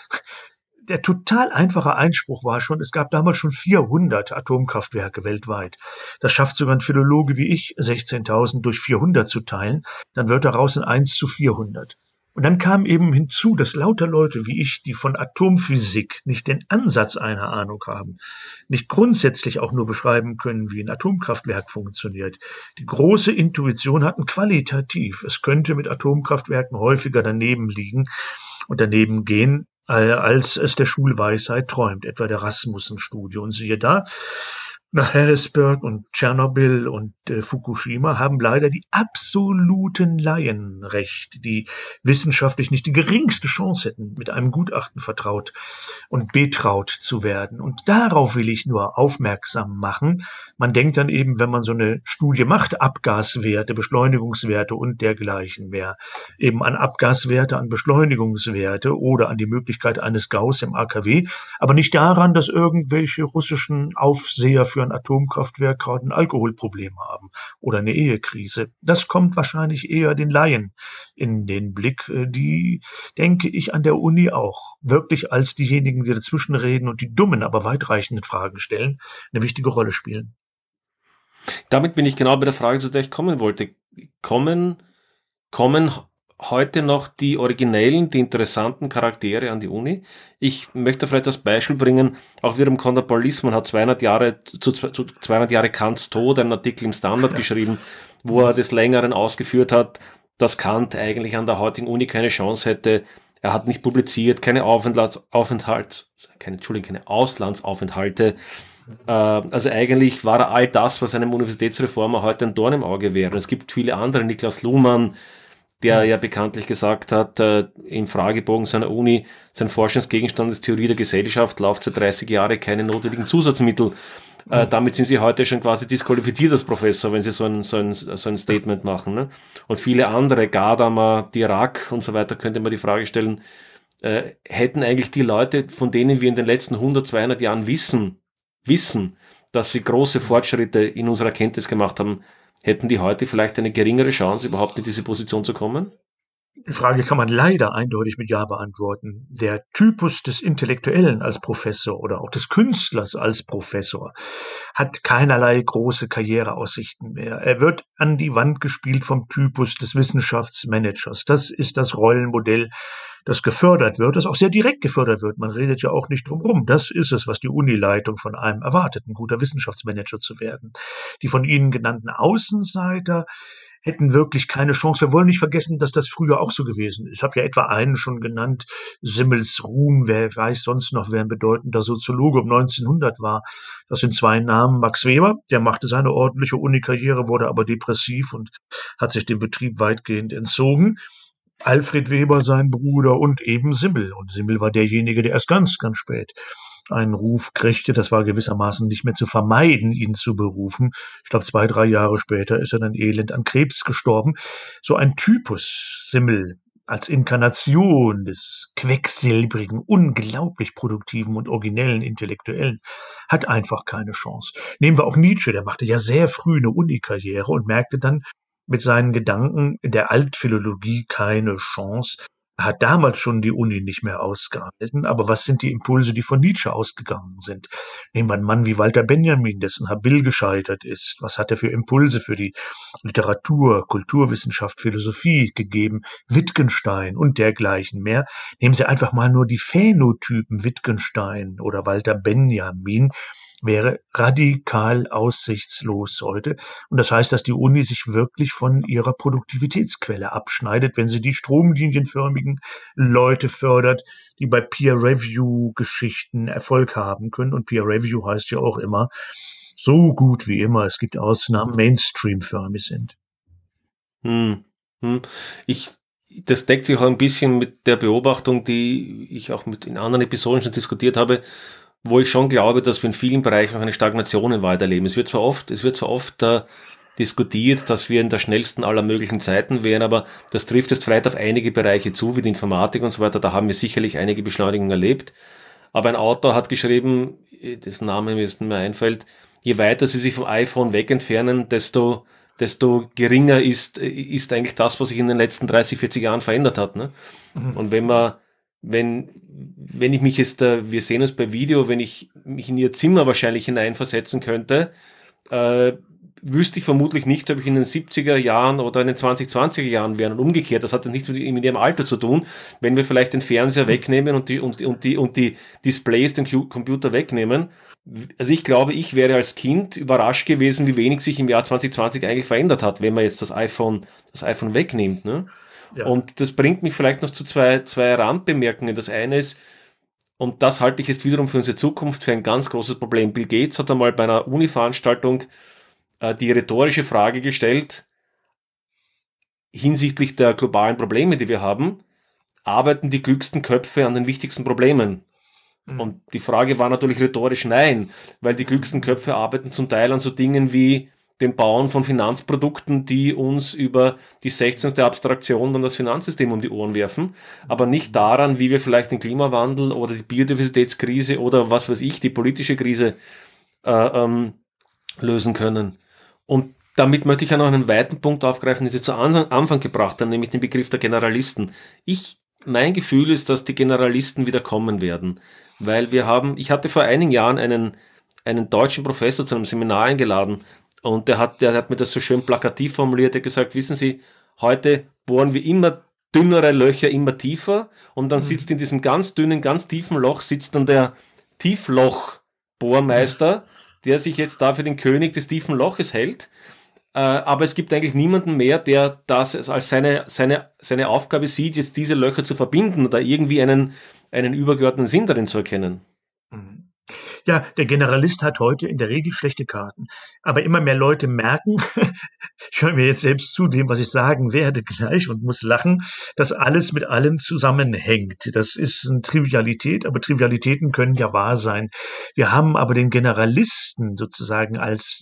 Speaker 3: Der total einfache Einspruch war schon, es gab damals schon vierhundert Atomkraftwerke weltweit. Das schafft sogar ein Philologe wie ich, sechzehntausend durch vierhundert zu teilen. Dann wird daraus ein eins zu vierhundert. Und dann kam eben hinzu, dass lauter Leute wie ich, die von Atomphysik nicht den Ansatz einer Ahnung haben, nicht grundsätzlich auch nur beschreiben können, wie ein Atomkraftwerk funktioniert, die große Intuition hatten qualitativ. Es könnte mit Atomkraftwerken häufiger daneben liegen und daneben gehen, als es der Schulweisheit träumt, etwa der Rasmussen-Studie. Und siehe da, Nach Harrisburg und Tschernobyl und äh, Fukushima haben leider die absoluten Laien recht, die wissenschaftlich nicht die geringste Chance hätten, mit einem Gutachten vertraut und betraut zu werden. Und darauf will ich nur aufmerksam machen. Man denkt dann eben, wenn man so eine Studie macht, Abgaswerte, Beschleunigungswerte und dergleichen mehr, eben an Abgaswerte, an Beschleunigungswerte oder an die Möglichkeit eines Gaus im A K W, aber nicht daran, dass irgendwelche russischen Aufseher für ein Atomkraftwerk gerade ein Alkoholproblem haben oder eine Ehekrise. Das kommt wahrscheinlich eher den Laien in den Blick, äh, die, denke ich, an der Uni auch wirklich als diejenigen, die dazwischenreden und die dummen, aber weitreichenden Fragen stellen, eine wichtige Rolle spielen.
Speaker 2: Damit bin ich genau bei der Frage, zu der ich kommen wollte. Kommen, kommen heute noch die originellen, die interessanten Charaktere an die Uni? Ich möchte vielleicht das Beispiel bringen, auch wiederum Conrad Paul Liessmann hat zweihundert Jahre, zu, zu zweihundert Jahre Kants Tod einen Artikel im Standard ja. geschrieben, wo er des Längeren ausgeführt hat, dass Kant eigentlich an der heutigen Uni keine Chance hätte. Er hat nicht publiziert, keine Aufenthalts, keine, Entschuldigung, keine Auslandsaufenthalte. Äh, also eigentlich war er all das, was einem Universitätsreformer heute ein Dorn im Auge wäre. Und es gibt viele andere, Niklas Luhmann, der ja bekanntlich gesagt hat, äh, im Fragebogen seiner Uni, sein Forschungsgegenstand ist Theorie der Gesellschaft, Laufzeit dreißig Jahre, keine notwendigen Zusatzmittel. Äh, damit sind sie heute schon quasi disqualifiziert als Professor, wenn sie so ein, so ein, so ein Statement machen. Ne? Und viele andere, Gadamer, Dirac und so weiter, könnte man die Frage stellen, äh, hätten eigentlich die Leute, von denen wir in den letzten hundert, zweihundert Jahren wissen, wissen, dass sie große Fortschritte in unserer Kenntnis gemacht haben, hätten die heute vielleicht eine geringere Chance, überhaupt in diese Position zu kommen?
Speaker 3: Die Frage kann man leider eindeutig mit Ja beantworten. Der Typus des Intellektuellen als Professor oder auch des Künstlers als Professor hat keinerlei große Karriereaussichten mehr. Er wird an die Wand gespielt vom Typus des Wissenschaftsmanagers. Das ist das Rollenmodell, das gefördert wird, das auch sehr direkt gefördert wird. Man redet ja auch nicht drum rum. Das ist es, was die Unileitung von einem erwartet, ein guter Wissenschaftsmanager zu werden. Die von Ihnen genannten Außenseiter hätten wirklich keine Chance. Wir wollen nicht vergessen, dass das früher auch so gewesen ist. Ich habe ja etwa einen schon genannt, Simmels Ruhm. Wer weiß sonst noch, wer ein bedeutender Soziologe um neunzehnhundert war. Das sind zwei Namen. Max Weber, der machte seine ordentliche Unikarriere, wurde aber depressiv und hat sich dem Betrieb weitgehend entzogen. Alfred Weber, sein Bruder, und eben Simmel. Und Simmel war derjenige, der erst ganz, ganz spät einen Ruf kriegte. Das war gewissermaßen nicht mehr zu vermeiden, ihn zu berufen. Ich glaube, zwei, drei Jahre später ist er dann elend an Krebs gestorben. So ein Typus, Simmel, als Inkarnation des quecksilbrigen, unglaublich produktiven und originellen Intellektuellen, hat einfach keine Chance. Nehmen wir auch Nietzsche, der machte ja sehr früh eine Unikarriere und merkte dann mit seinen Gedanken in der Altphilologie keine Chance. Er hat damals schon die Uni nicht mehr ausgehalten, aber was sind die Impulse, die von Nietzsche ausgegangen sind? Nehmen wir einen Mann wie Walter Benjamin, dessen Habil gescheitert ist. Was hat er für Impulse für die Literatur, Kulturwissenschaft, Philosophie gegeben? Wittgenstein und dergleichen mehr. Nehmen Sie einfach mal nur die Phänotypen Wittgenstein oder Walter Benjamin, wäre radikal aussichtslos heute. Und das heißt, dass die Uni sich wirklich von ihrer Produktivitätsquelle abschneidet, wenn sie die stromlinienförmigen Leute fördert, die bei Peer-Review-Geschichten Erfolg haben können. Und Peer-Review heißt ja auch immer, so gut wie immer, es gibt Ausnahmen, Mainstream-förmig sind.
Speaker 2: Hm. Hm. Ich, das deckt sich auch ein bisschen mit der Beobachtung, die ich auch mit in anderen Episoden schon diskutiert habe, wo ich schon glaube, dass wir in vielen Bereichen auch eine Stagnation in Wahrheit erleben. Es wird zwar oft, es wird zwar oft äh, diskutiert, dass wir in der schnellsten aller möglichen Zeiten wären, aber das trifft jetzt vielleicht auf einige Bereiche zu, wie die Informatik und so weiter. Da haben wir sicherlich einige Beschleunigungen erlebt. Aber ein Autor hat geschrieben, dessen Name mir jetzt nicht mehr einfällt, je weiter sie sich vom iPhone weg entfernen, desto desto geringer ist ist eigentlich das, was sich in den letzten dreißig, vierzig Jahren verändert hat. Ne? Mhm. Und wenn man Wenn, wenn ich mich jetzt, äh, wir sehen uns bei Video, wenn ich mich in ihr Zimmer wahrscheinlich hineinversetzen könnte, äh, wüsste ich vermutlich nicht, ob ich in den siebziger Jahren oder in den zwanzig zwanziger Jahren wäre und umgekehrt. Das hat jetzt nichts mit, mit ihrem Alter zu tun. Wenn wir vielleicht den Fernseher wegnehmen und die, und, und die, und die Displays, den Computer wegnehmen. Also ich glaube, ich wäre als Kind überrascht gewesen, wie wenig sich im Jahr zwanzig zwanzig eigentlich verändert hat, wenn man jetzt das iPhone, das iPhone wegnimmt, ne? Ja. Und das bringt mich vielleicht noch zu zwei, zwei Randbemerkungen. Das eine ist, Und das halte ich jetzt wiederum für unsere Zukunft für ein ganz großes Problem. Bill Gates hat einmal bei einer Uni-Veranstaltung äh, die rhetorische Frage gestellt, hinsichtlich der globalen Probleme, die wir haben, arbeiten die klügsten Köpfe an den wichtigsten Problemen? Mhm. Und die Frage war natürlich rhetorisch nein, weil die klügsten Köpfe arbeiten zum Teil an so Dingen wie dem Bauen von Finanzprodukten, die uns über die sechzehnte Abstraktion dann das Finanzsystem um die Ohren werfen, aber nicht daran, wie wir vielleicht den Klimawandel oder die Biodiversitätskrise oder was weiß ich, die politische Krise äh, ähm, lösen können. Und damit möchte ich ja noch einen weiten Punkt aufgreifen, den Sie zu Anfang gebracht haben, nämlich den Begriff der Generalisten. Ich, mein Gefühl ist, dass die Generalisten wieder kommen werden, weil wir haben, ich hatte vor einigen Jahren einen, einen deutschen Professor zu einem Seminar eingeladen, und der hat, der hat mir das so schön plakativ formuliert, er hat gesagt, wissen Sie, heute bohren wir immer dünnere Löcher, immer tiefer, und dann mhm. sitzt in diesem ganz dünnen, ganz tiefen Loch, sitzt dann der Tiefloch-Bohrmeister, der sich jetzt da für den König des tiefen Loches hält, äh, aber es gibt eigentlich niemanden mehr, der das als seine, seine, seine Aufgabe sieht, jetzt diese Löcher zu verbinden oder irgendwie einen, einen übergeordneten Sinn darin zu erkennen.
Speaker 3: Mhm. Ja, der Generalist hat heute in der Regel schlechte Karten. Aber immer mehr Leute merken, ich höre mir jetzt selbst zu dem, was ich sagen werde gleich und muss lachen, dass alles mit allem zusammenhängt. Das ist eine Trivialität, aber Trivialitäten können ja wahr sein. Wir haben aber den Generalisten sozusagen als,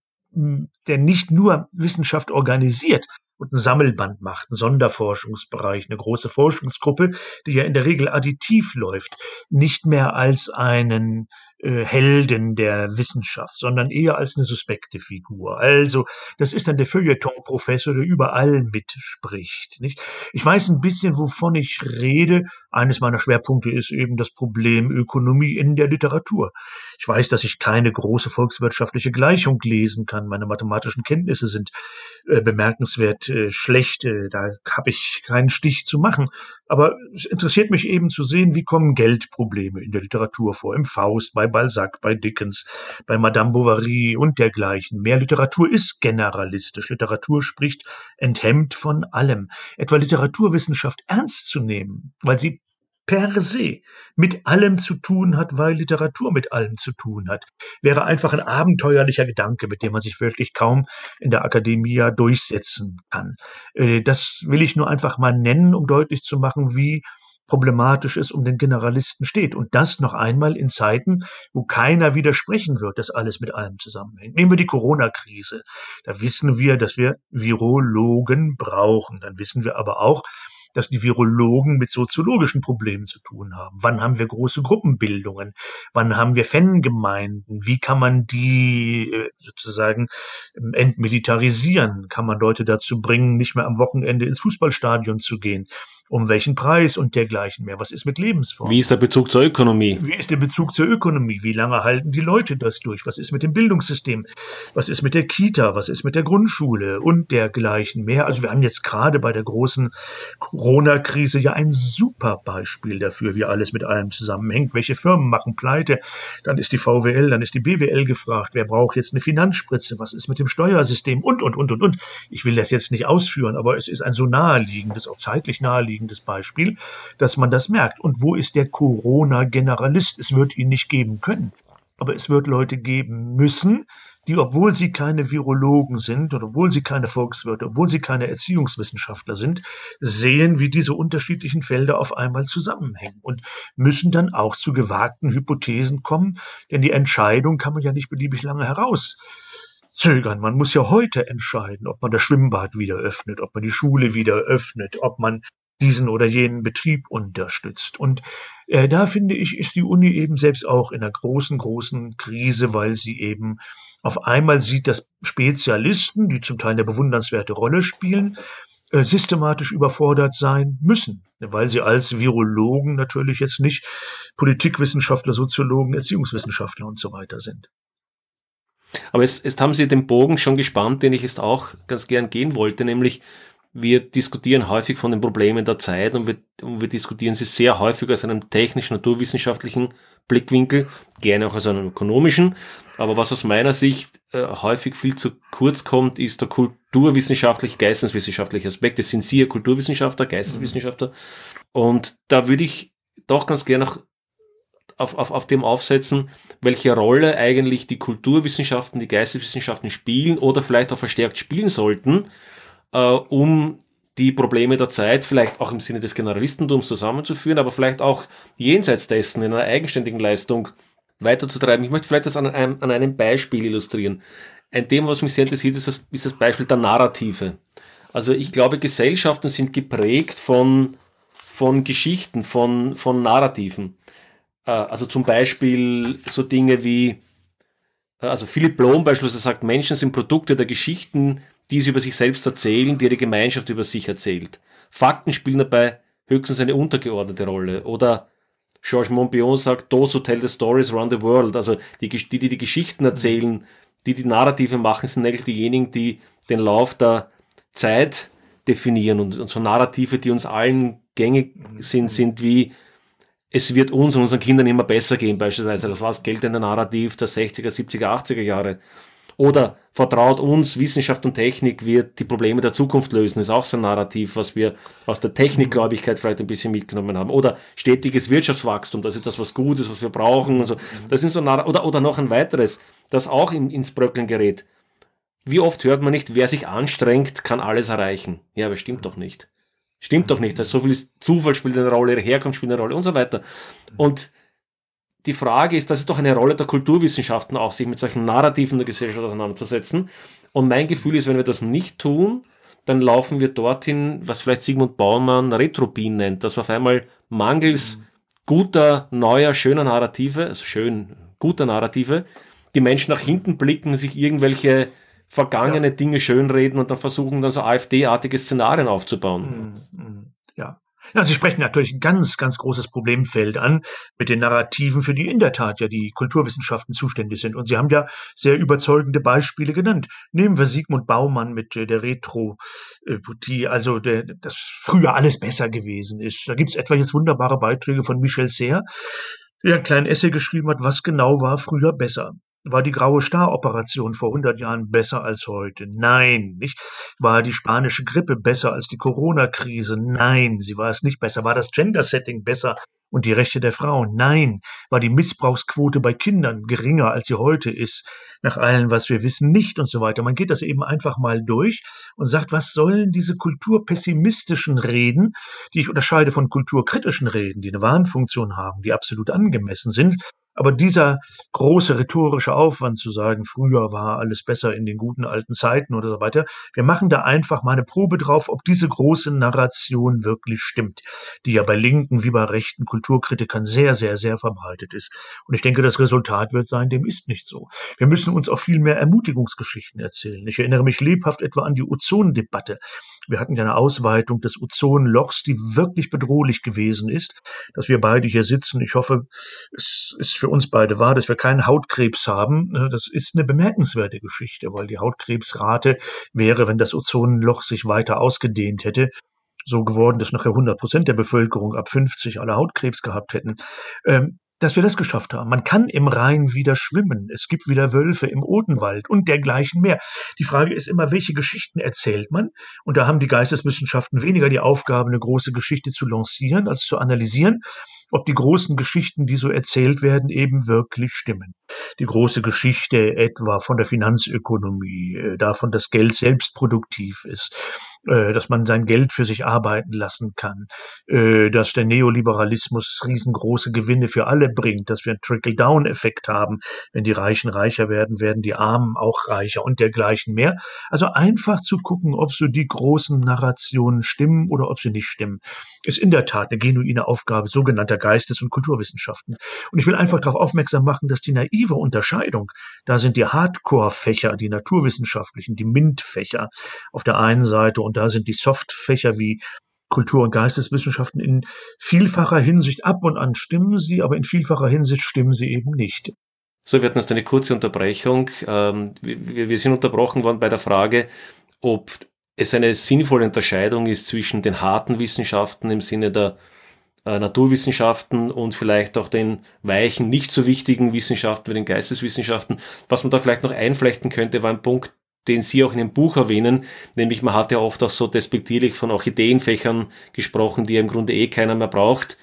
Speaker 3: der nicht nur Wissenschaft organisiert und ein Sammelband macht, einen Sonderforschungsbereich, eine große Forschungsgruppe, die ja in der Regel additiv läuft, nicht mehr als einen äh, Helden der Wissenschaft, sondern eher als eine suspekte Figur. Also, das ist dann der Feuilleton-Professor, der überall mitspricht, nicht? Ich weiß ein bisschen, wovon ich rede. Eines meiner Schwerpunkte ist eben das Problem Ökonomie in der Literatur. Ich weiß, dass ich keine große volkswirtschaftliche Gleichung lesen kann. Meine mathematischen Kenntnisse sind äh, bemerkenswert äh, schlecht. Äh, da habe ich keinen Stich zu machen. Aber es interessiert mich eben zu sehen, wie kommen Geldprobleme in der Literatur vor. Im Faust, bei Balzac, bei Dickens, bei Madame Bovary und dergleichen. Mehr Literatur ist generalistisch. Literatur spricht enthemmt von allem. Etwa Literaturwissenschaft ernst zu nehmen, weil sie per se mit allem zu tun hat, weil Literatur mit allem zu tun hat, wäre einfach ein abenteuerlicher Gedanke, mit dem man sich wirklich kaum in der Akademie durchsetzen kann. Das will ich nur einfach mal nennen, um deutlich zu machen, wie problematisch es um den Generalisten steht. Und das noch einmal in Zeiten, wo keiner widersprechen wird, dass alles mit allem zusammenhängt. Nehmen wir die Corona-Krise. Da wissen wir, dass wir Virologen brauchen. Dann wissen wir aber auch, dass die Virologen mit soziologischen Problemen zu tun haben. Wann haben wir große Gruppenbildungen? Wann haben wir Fangemeinden? Wie kann man die sozusagen entmilitarisieren? Kann man Leute dazu bringen, nicht mehr am Wochenende ins Fußballstadion zu gehen? Um welchen Preis und dergleichen mehr? Was ist mit Lebensform?
Speaker 2: Wie ist der Bezug zur Ökonomie?
Speaker 3: Wie ist der Bezug zur Ökonomie? Wie lange halten die Leute das durch? Was ist mit dem Bildungssystem? Was ist mit der Kita? Was ist mit der Grundschule? Und dergleichen mehr. Also wir haben jetzt gerade bei der großen Corona-Krise ja ein super Beispiel dafür, wie alles mit allem zusammenhängt. Welche Firmen machen pleite? Dann ist die V W L, dann ist die B W L gefragt. Wer braucht jetzt eine Finanzspritze? Was ist mit dem Steuersystem? Und, und, und, und, und. Ich will das jetzt nicht ausführen, aber es ist ein so naheliegendes, auch zeitlich naheliegendes Beispiel, dass man das merkt. Und wo ist der Corona-Generalist? Es wird ihn nicht geben können. Aber es wird Leute geben müssen, die, obwohl sie keine Virologen sind und obwohl sie keine Volkswirte, obwohl sie keine Erziehungswissenschaftler sind, sehen, wie diese unterschiedlichen Felder auf einmal zusammenhängen und müssen dann auch zu gewagten Hypothesen kommen, denn die Entscheidung kann man ja nicht beliebig lange herauszögern. Man muss ja heute entscheiden, ob man das Schwimmbad wieder öffnet, ob man die Schule wieder öffnet, ob man diesen oder jenen Betrieb unterstützt. Und äh, da finde ich, ist die Uni eben selbst auch in einer großen, großen Krise, weil sie eben auf einmal sieht, dass Spezialisten, die zum Teil eine bewundernswerte Rolle spielen, äh, systematisch überfordert sein müssen, weil sie als Virologen natürlich jetzt nicht Politikwissenschaftler, Soziologen, Erziehungswissenschaftler und so weiter sind.
Speaker 2: Aber jetzt, jetzt haben Sie den Bogen schon gespannt, den ich jetzt auch ganz gern gehen wollte, nämlich wir diskutieren häufig von den Problemen der Zeit und wir, und wir diskutieren sie sehr häufig aus einem technisch-naturwissenschaftlichen Blickwinkel, gerne auch aus einem ökonomischen. Aber was aus meiner Sicht äh, häufig viel zu kurz kommt, ist der kulturwissenschaftlich-geisteswissenschaftliche Aspekt. Es sind Sie ja Kulturwissenschaftler, Geisteswissenschaftler. Und da würde ich doch ganz gerne noch auf, auf, auf dem aufsetzen, welche Rolle eigentlich die Kulturwissenschaften, die Geisteswissenschaften spielen oder vielleicht auch verstärkt spielen sollten, äh, um die Probleme der Zeit vielleicht auch im Sinne des Generalistentums zusammenzuführen, aber vielleicht auch jenseits dessen in einer eigenständigen Leistung weiterzutreiben. Ich möchte vielleicht das an einem, an einem Beispiel illustrieren. Ein Thema, was mich sehr interessiert, ist das, ist das Beispiel der Narrative. Also ich glaube, Gesellschaften sind geprägt von, von Geschichten, von, von Narrativen. Also zum Beispiel so Dinge wie, also Philipp Blom beispielsweise sagt, Menschen sind Produkte der Geschichten, die sie über sich selbst erzählen, die ihre Gemeinschaft über sich erzählt. Fakten spielen dabei höchstens eine untergeordnete Rolle. Oder Georges Monbiot sagt, those who tell the stories around the world, also die, die, die die Geschichten erzählen, die die Narrative machen, sind eigentlich diejenigen, die den Lauf der Zeit definieren. Und, und so Narrative, die uns allen gängig sind, sind wie, es wird uns und unseren Kindern immer besser gehen, beispielsweise. Das war das geltende Narrativ der sechziger, siebziger, achtziger Jahre. Oder vertraut uns, Wissenschaft und Technik wird die Probleme der Zukunft lösen, ist auch so ein Narrativ, was wir aus der Technikgläubigkeit vielleicht ein bisschen mitgenommen haben. Oder stetiges Wirtschaftswachstum, das ist das, was gut ist, was wir brauchen und so. Das sind so Narr- oder, oder noch ein weiteres, das auch in, ins Bröckeln gerät. Wie oft hört man nicht, wer sich anstrengt, kann alles erreichen. Ja, aber stimmt doch nicht. Stimmt doch nicht. Also so viel ist Zufall spielt eine Rolle, ihre Herkunft spielt eine Rolle und so weiter. Und die Frage ist, das ist doch eine Rolle der Kulturwissenschaften auch, sich mit solchen Narrativen der Gesellschaft auseinanderzusetzen. Und mein Gefühl ist, wenn wir das nicht tun, dann laufen wir dorthin, was vielleicht Sigmund Baumann Retropien nennt, dass wir auf einmal mangels guter, neuer, schöner Narrative, also schön, guter Narrative, die Menschen nach hinten blicken, sich irgendwelche vergangene ja. Dinge schönreden und dann versuchen, dann so AfD-artige Szenarien aufzubauen.
Speaker 3: Ja. Ja, Sie sprechen natürlich ein ganz, ganz großes Problemfeld an mit den Narrativen, für die in der Tat ja die Kulturwissenschaften zuständig sind. Und Sie haben ja sehr überzeugende Beispiele genannt. Nehmen wir Sigmund Baumann mit äh, der Retropotie, also der, dass früher alles besser gewesen ist. Da gibt es etwa jetzt wunderbare Beiträge von Michel Serres, der einen kleinen Essay geschrieben hat, was genau war früher besser. War die graue Star-Operation vor hundert Jahren besser als heute? Nein, nicht. War die spanische Grippe besser als die Corona-Krise? Nein, sie war es nicht besser. War das Gender-Setting besser und die Rechte der Frauen? Nein. War die Missbrauchsquote bei Kindern geringer, als sie heute ist? Nach allem, was wir wissen, nicht und so weiter. Man geht das eben einfach mal durch und sagt, was sollen diese kulturpessimistischen Reden, die ich unterscheide von kulturkritischen Reden, die eine Warnfunktion haben, die absolut angemessen sind, aber dieser große rhetorische Aufwand zu sagen, früher war alles besser in den guten alten Zeiten oder so weiter, wir machen da einfach mal eine Probe drauf, ob diese große Narration wirklich stimmt, die ja bei linken wie bei rechten Kulturkritikern sehr, sehr, sehr verbreitet ist. Und ich denke, das Resultat wird sein, dem ist nicht so. Wir müssen uns auch viel mehr Ermutigungsgeschichten erzählen. Ich erinnere mich lebhaft etwa an die Ozondebatte. Wir hatten ja eine Ausweitung des Ozonlochs, die wirklich bedrohlich gewesen ist, dass wir beide hier sitzen. Ich hoffe, es ist für uns beide wahr, dass wir keinen Hautkrebs haben. Das ist eine bemerkenswerte Geschichte, weil die Hautkrebsrate wäre, wenn das Ozonloch sich weiter ausgedehnt hätte, so geworden, dass nachher hundert Prozent der Bevölkerung ab fünfzig alle Hautkrebs gehabt hätten. Ähm, dass wir das geschafft haben. Man kann im Rhein wieder schwimmen. Es gibt wieder Wölfe im Odenwald und dergleichen mehr. Die Frage ist immer, welche Geschichten erzählt man? Und da haben die Geisteswissenschaften weniger die Aufgabe, eine große Geschichte zu lancieren, als zu analysieren, ob die großen Geschichten, die so erzählt werden, eben wirklich stimmen. Die große Geschichte etwa von der Finanzökonomie, davon, dass Geld selbst produktiv ist, dass man sein Geld für sich arbeiten lassen kann, dass der Neoliberalismus riesengroße Gewinne für alle bringt, dass wir einen Trickle-Down-Effekt haben. Wenn die Reichen reicher werden, werden die Armen auch reicher und dergleichen mehr. Also einfach zu gucken, ob so die großen Narrationen stimmen oder ob sie nicht stimmen, ist in der Tat eine genuine Aufgabe sogenannter Geistes- und Kulturwissenschaften. Und ich will einfach darauf aufmerksam machen, dass die naive Unterscheidung, da sind die Hardcore-Fächer, die naturwissenschaftlichen, die MINT-Fächer auf der einen Seite und da sind die Soft-Fächer wie Kultur- und Geisteswissenschaften in vielfacher Hinsicht ab und an stimmen sie, aber in vielfacher Hinsicht stimmen sie eben nicht.
Speaker 2: So, wir hatten jetzt eine kurze Unterbrechung. Wir sind unterbrochen worden bei der Frage, ob es eine sinnvolle Unterscheidung ist zwischen den harten Wissenschaften im Sinne der Naturwissenschaften und vielleicht auch den weichen, nicht so wichtigen Wissenschaften wie den Geisteswissenschaften. Was man da vielleicht noch einflechten könnte, war ein Punkt, den Sie auch in dem Buch erwähnen, nämlich man hat ja oft auch so despektierlich von Orchideenfächern gesprochen, die ja im Grunde eh keiner mehr braucht.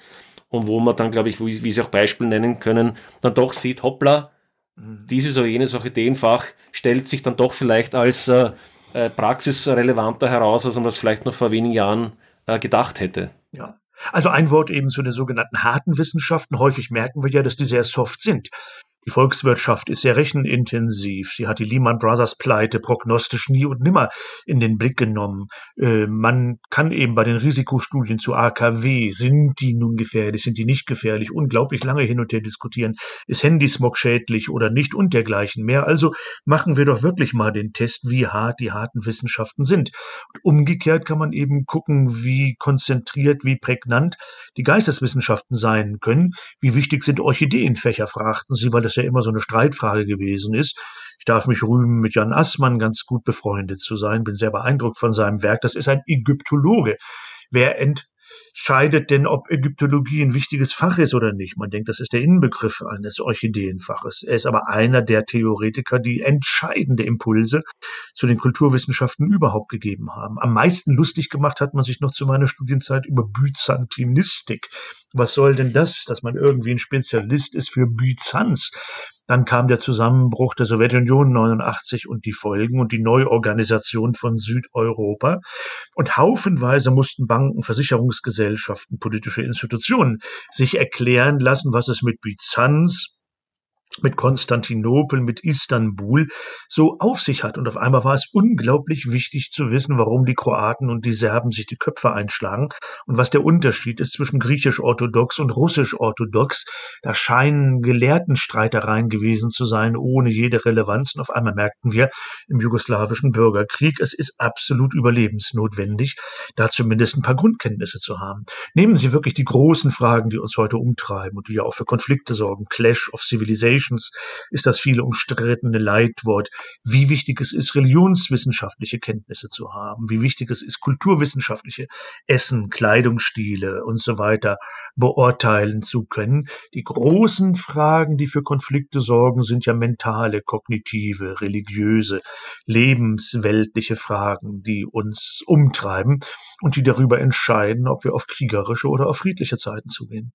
Speaker 2: und wo man dann, glaube ich, wie, wie Sie auch Beispiele nennen können, dann doch sieht, hoppla, dieses oder jenes Orchideenfach stellt sich dann doch vielleicht als äh, äh, praxisrelevanter heraus, als man das vielleicht noch vor wenigen Jahren äh, gedacht hätte.
Speaker 3: Ja. Also ein Wort eben zu den sogenannten harten Wissenschaften. Häufig merken wir ja, dass die sehr soft sind. Die Volkswirtschaft ist sehr rechenintensiv. Sie hat die Lehman Brothers Pleite prognostisch nie und nimmer in den Blick genommen. Äh, man kann eben bei den Risikostudien zu A K W, sind die nun gefährlich, sind die nicht gefährlich, unglaublich lange hin und her diskutieren. Ist Handysmog schädlich oder nicht und dergleichen mehr. Also machen wir doch wirklich mal den Test, wie hart die harten Wissenschaften sind. Und umgekehrt kann man eben gucken, wie konzentriert, wie prägnant die Geisteswissenschaften sein können. Wie wichtig sind Orchideenfächer, fragten Sie, weil das ja immer so eine Streitfrage gewesen ist. Ich darf mich rühmen, mit Jan Assmann ganz gut befreundet zu sein, bin sehr beeindruckt von seinem Werk. Das ist ein Ägyptologe. Wer entscheidet denn, ob Ägyptologie ein wichtiges Fach ist oder nicht? Man denkt, das ist der Inbegriff eines Orchideenfaches. Er ist aber einer der Theoretiker, die entscheidende Impulse zu den Kulturwissenschaften überhaupt gegeben haben. Am meisten lustig gemacht hat man sich noch zu meiner Studienzeit über Byzantinistik. Was soll denn das, dass man irgendwie ein Spezialist ist für Byzanz? Dann kam der Zusammenbruch der Sowjetunion neunundachtzig und die Folgen und die Neuorganisation von Südeuropa. Und haufenweise mussten Banken, Versicherungsgesellschaften, politische Institutionen sich erklären lassen, was es mit Byzanz, mit Konstantinopel, mit Istanbul so auf sich hat. Und auf einmal war es unglaublich wichtig zu wissen, warum die Kroaten und die Serben sich die Köpfe einschlagen und was der Unterschied ist zwischen griechisch-orthodox und russisch-orthodox. Da scheinen Gelehrtenstreitereien gewesen zu sein, ohne jede Relevanz. Und auf einmal merkten wir im jugoslawischen Bürgerkrieg, es ist absolut überlebensnotwendig, da zumindest ein paar Grundkenntnisse zu haben. Nehmen Sie wirklich die großen Fragen, die uns heute umtreiben und die ja auch für Konflikte sorgen. Clash of Civilizations ist das viele umstrittene Leitwort. Wie wichtig es ist, religionswissenschaftliche Kenntnisse zu haben, wie wichtig es ist, kulturwissenschaftliche Essen, Kleidungsstile und so weiter beurteilen zu können. Die großen Fragen, die für Konflikte sorgen, sind ja mentale, kognitive, religiöse, lebensweltliche Fragen, die uns umtreiben und die darüber entscheiden, ob wir auf kriegerische oder auf friedliche Zeiten zugehen.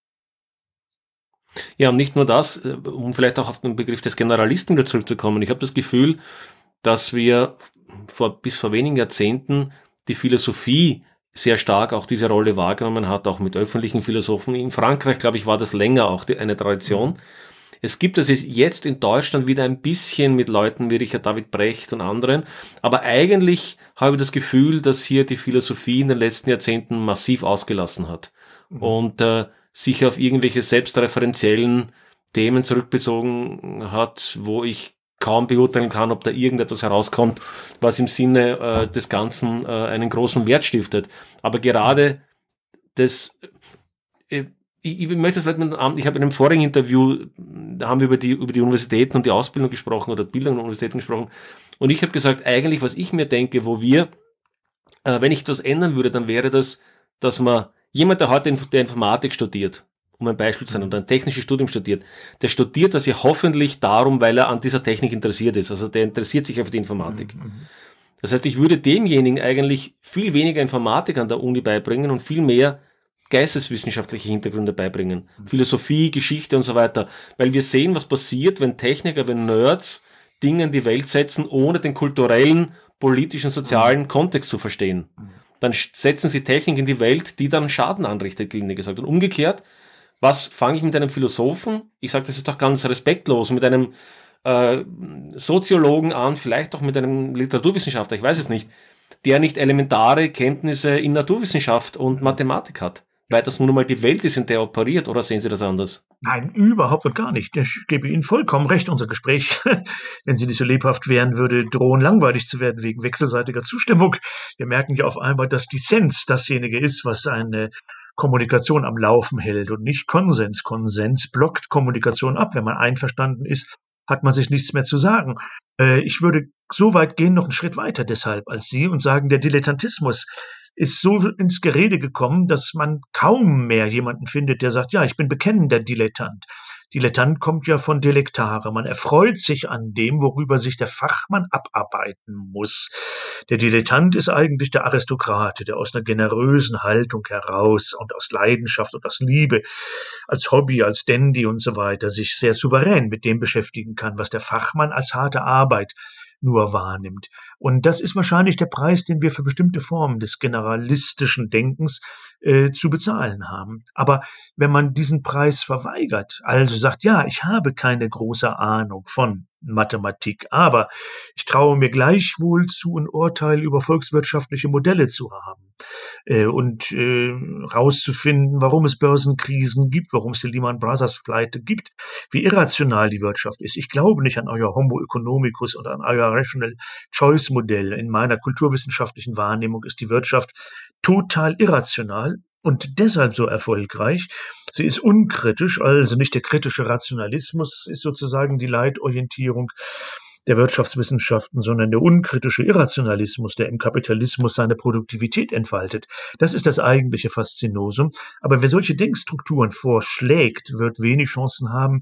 Speaker 2: Ja, und nicht nur das, um vielleicht auch auf den Begriff des Generalisten wieder zurückzukommen. Ich habe das Gefühl, dass wir vor, bis vor wenigen Jahrzehnten die Philosophie sehr stark auch diese Rolle wahrgenommen hat, auch mit öffentlichen Philosophen. In Frankreich, glaube ich, war das länger auch die, eine Tradition. Es gibt es jetzt in Deutschland wieder ein bisschen mit Leuten wie Richard David Brecht und anderen, aber eigentlich habe ich das Gefühl, dass hier die Philosophie in den letzten Jahrzehnten massiv ausgelassen hat. Mhm. Und äh, sich auf irgendwelche selbstreferenziellen Themen zurückbezogen hat, wo ich kaum beurteilen kann, ob da irgendetwas herauskommt, was im Sinne äh, des Ganzen äh, einen großen Wert stiftet. Aber gerade das, äh, ich, ich möchte das vielleicht mit einem, ich habe in einem vorigen Interview, da haben wir über die, über die Universitäten und die Ausbildung gesprochen oder Bildung an Universitäten gesprochen und ich habe gesagt, eigentlich, was ich mir denke, wo wir, äh, wenn ich etwas ändern würde, dann wäre das, dass man jemand, der heute der Informatik studiert, um ein Beispiel zu sein, oder ein technisches Studium studiert, der studiert das ja hoffentlich darum, weil er an dieser Technik interessiert ist. Also der interessiert sich auf die Informatik. Das heißt, ich würde demjenigen eigentlich viel weniger Informatik an der Uni beibringen und viel mehr geisteswissenschaftliche Hintergründe beibringen. Philosophie, Geschichte und so weiter. Weil wir sehen, was passiert, wenn Techniker, wenn Nerds Dinge in die Welt setzen, ohne den kulturellen, politischen, sozialen Kontext zu verstehen. Dann setzen sie Technik in die Welt, die dann Schaden anrichtet, gelinde gesagt. Und umgekehrt, was fange ich mit einem Philosophen? Ich sage, das ist doch ganz respektlos, mit einem äh, Soziologen an, vielleicht auch mit einem Literaturwissenschaftler, ich weiß es nicht, der nicht elementare Kenntnisse in Naturwissenschaft und Mathematik hat, weil das nun einmal die Welt ist, in der er operiert, oder sehen Sie das anders?
Speaker 3: Nein, überhaupt und gar nicht. Ich gebe Ihnen vollkommen recht. Unser Gespräch, wenn sie nicht so lebhaft wären, würde drohen, langweilig zu werden wegen wechselseitiger Zustimmung. Wir merken ja auf einmal, dass Dissens dasjenige ist, was eine Kommunikation am Laufen hält und nicht Konsens. Konsens blockt Kommunikation ab. Wenn man einverstanden ist, hat man sich nichts mehr zu sagen. Äh, ich würde so weit gehen, noch einen Schritt weiter deshalb als Sie und sagen, der Dilettantismus ist so ins Gerede gekommen, dass man kaum mehr jemanden findet, der sagt, ja, ich bin bekennender Dilettant. Dilettant kommt ja von delectare. Man erfreut sich an dem, worüber sich der Fachmann abarbeiten muss. Der Dilettant ist eigentlich der Aristokrat, der aus einer generösen Haltung heraus und aus Leidenschaft und aus Liebe, als Hobby, als Dandy und so weiter, sich sehr souverän mit dem beschäftigen kann, was der Fachmann als harte Arbeit nur wahrnimmt. Und das ist wahrscheinlich der Preis, den wir für bestimmte Formen des generalistischen Denkens äh, zu bezahlen haben. Aber wenn man diesen Preis verweigert, also sagt, ja, ich habe keine große Ahnung von Mathematik, aber ich traue mir gleichwohl zu, ein Urteil über volkswirtschaftliche Modelle zu haben äh, und äh, rauszufinden, warum es Börsenkrisen gibt, warum es die Lehman Brothers Pleite gibt, wie irrational die Wirtschaft ist. Ich glaube nicht an euer Homo economicus oder an euer Rational Choice Modell. In meiner kulturwissenschaftlichen Wahrnehmung ist die Wirtschaft total irrational und deshalb so erfolgreich. Sie ist unkritisch, also nicht der kritische Rationalismus ist sozusagen die Leitorientierung der Wirtschaftswissenschaften, sondern der unkritische Irrationalismus, der im Kapitalismus seine Produktivität entfaltet. Das ist das eigentliche Faszinosum. Aber wer solche Denkstrukturen vorschlägt, wird wenig Chancen haben,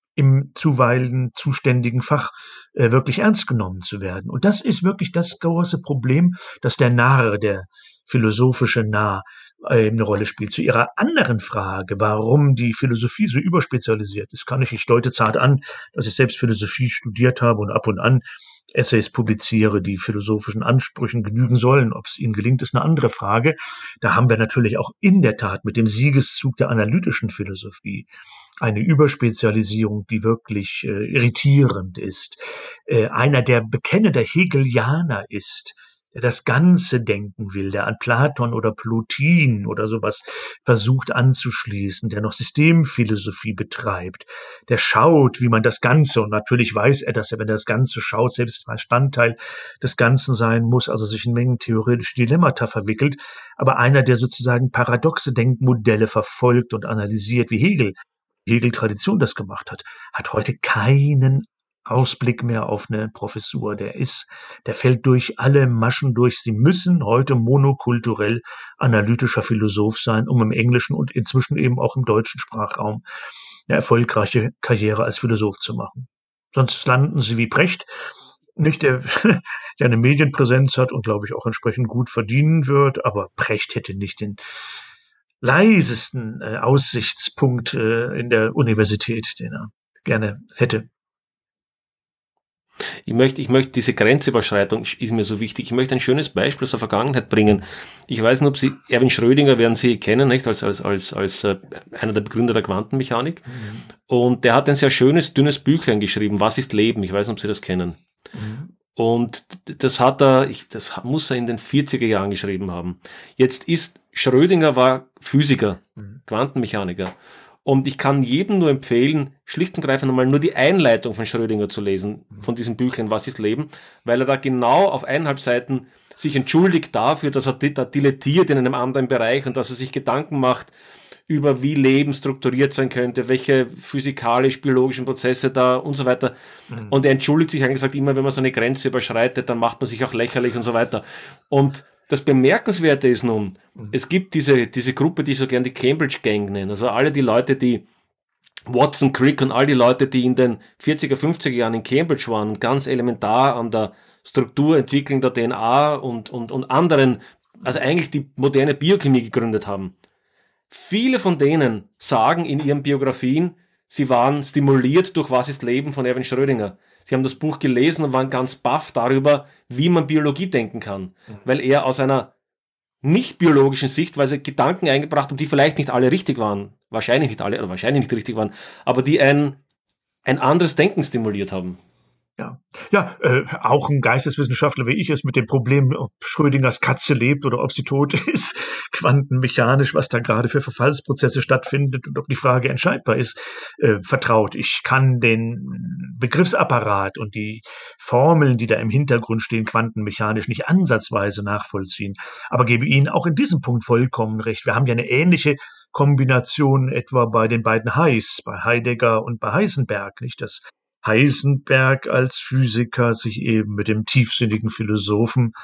Speaker 3: im zuweilen zuständigen Fach äh, wirklich ernst genommen zu werden. Und das ist wirklich das große Problem, dass der Narr, der philosophische Narr, äh, eine Rolle spielt. Zu Ihrer anderen Frage, warum die Philosophie so überspezialisiert ist, kann ich, ich deute zart an, dass ich selbst Philosophie studiert habe und ab und an Essays publiziere, die philosophischen Ansprüchen genügen sollen. Ob es ihnen gelingt, ist eine andere Frage. Da haben wir natürlich auch in der Tat mit dem Siegeszug der analytischen Philosophie eine Überspezialisierung, die wirklich äh, irritierend ist. Äh, einer, der bekennender Hegelianer ist, der das Ganze denken will, der an Platon oder Plotin oder sowas versucht anzuschließen, der noch Systemphilosophie betreibt, der schaut, wie man das Ganze, und natürlich weiß er, dass er, wenn er das Ganze schaut, selbst Bestandteil des Ganzen sein muss, also sich in Mengen theoretische Dilemmata verwickelt, aber einer, der sozusagen paradoxe Denkmodelle verfolgt und analysiert, wie Hegel, Hegel-Tradition das gemacht hat, hat heute keinen Ausblick mehr auf eine Professur. Der ist, der fällt durch alle Maschen durch. Sie müssen heute monokulturell analytischer Philosoph sein, um im englischen und inzwischen eben auch im deutschen Sprachraum eine erfolgreiche Karriere als Philosoph zu machen. Sonst landen sie wie Brecht, nicht der, der eine Medienpräsenz hat und, glaube ich, auch entsprechend gut verdienen wird, aber Brecht hätte nicht den leisesten äh, Aussichtspunkt äh, in der Universität, den er gerne hätte.
Speaker 2: Ich möchte, ich möchte, diese Grenzüberschreitung ist mir so wichtig. Ich möchte ein schönes Beispiel aus der Vergangenheit bringen. Ich weiß nicht, ob Sie, Erwin Schrödinger werden Sie kennen, nicht? Als, als, als, als äh, einer der Begründer der Quantenmechanik. Mhm. Und der hat ein sehr schönes, dünnes Büchlein geschrieben. Was ist Leben? Ich weiß nicht, ob Sie das kennen. Mhm. Und das hat er, ich, das muss er in den vierziger Jahren geschrieben haben. Jetzt ist, Schrödinger war Physiker, mhm. Quantenmechaniker. Und ich kann jedem nur empfehlen, schlicht und greifend einmal nur die Einleitung von Schrödinger zu lesen, von diesem Büchlein Was ist Leben, weil er da genau auf eineinhalb Seiten sich entschuldigt dafür, dass er da dilettiert in einem anderen Bereich und dass er sich Gedanken macht über wie Leben strukturiert sein könnte, welche physikalisch-biologischen Prozesse da und so weiter. Mhm. Und er entschuldigt sich eigentlich gesagt, immer wenn man so eine Grenze überschreitet, dann macht man sich auch lächerlich und so weiter. Und das Bemerkenswerte ist nun, mhm. es gibt diese, diese Gruppe, die ich so gern die Cambridge Gang nennen, also alle die Leute, die Watson, Crick und all die Leute, die in den vierziger, fünfziger Jahren in Cambridge waren und ganz elementar an der Strukturentwicklung der D N A und, und, und anderen, also eigentlich die moderne Biochemie gegründet haben. Viele von denen sagen in ihren Biografien, sie waren stimuliert durch Was ist Leben von Erwin Schrödinger. Sie haben das Buch gelesen und waren ganz baff darüber, wie man Biologie denken kann. Mhm. Weil er aus einer nicht biologischen Sichtweise Gedanken eingebracht hat, die vielleicht nicht alle richtig waren. Wahrscheinlich nicht alle, oder wahrscheinlich nicht richtig waren. Aber die ein, ein anderes Denken stimuliert haben.
Speaker 3: Ja, ja äh, auch ein Geisteswissenschaftler wie ich es mit dem Problem, ob Schrödingers Katze lebt oder ob sie tot ist, quantenmechanisch, was da gerade für Verfallsprozesse stattfindet und ob die Frage entscheidbar ist, äh, vertraut. Ich kann den Begriffsapparat und die Formeln, die da im Hintergrund stehen, quantenmechanisch nicht ansatzweise nachvollziehen, aber gebe Ihnen auch in diesem Punkt vollkommen recht. Wir haben ja eine ähnliche Kombination etwa bei den beiden Heiss, bei Heidegger und bei Heisenberg, nicht? Das Heisenberg als Physiker sich eben mit dem tiefsinnigen Philosophen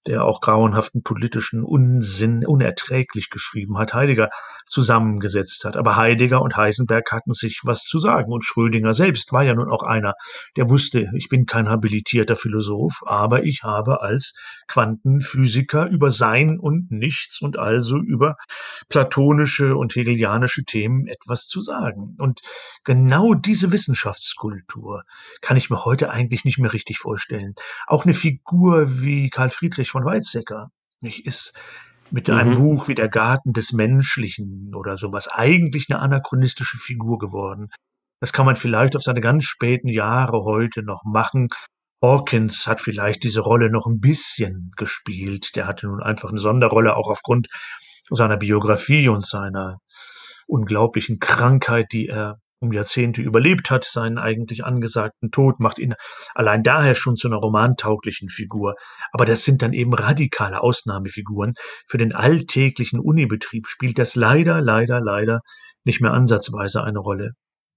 Speaker 3: der auch grauenhaften politischen Unsinn unerträglich geschrieben hat, Heidegger zusammengesetzt hat. Aber Heidegger und Heisenberg hatten sich was zu sagen und Schrödinger selbst war ja nun auch einer, der wusste, ich bin kein habilitierter Philosoph, aber ich habe als Quantenphysiker über Sein und Nichts und also über platonische und hegelianische Themen etwas zu sagen. Und genau diese Wissenschaftskultur kann ich mir heute eigentlich nicht mehr richtig vorstellen. Auch eine Figur wie Karl Friedrich von Weizsäcker nicht, ist mit einem
Speaker 2: Mhm.
Speaker 3: Buch wie Der Garten des Menschlichen oder sowas eigentlich eine anachronistische Figur geworden. Das kann man vielleicht auf seine ganz späten Jahre heute noch machen. Hawkins hat vielleicht diese Rolle noch ein bisschen gespielt. Der hatte nun einfach eine Sonderrolle, auch aufgrund seiner Biografie und seiner unglaublichen Krankheit, die er um Jahrzehnte überlebt hat. Seinen eigentlich angesagten Tod macht ihn allein daher schon zu einer romantauglichen Figur. Aber das sind dann eben radikale Ausnahmefiguren. Für den alltäglichen Unibetrieb spielt das leider, leider, leider nicht mehr ansatzweise eine Rolle.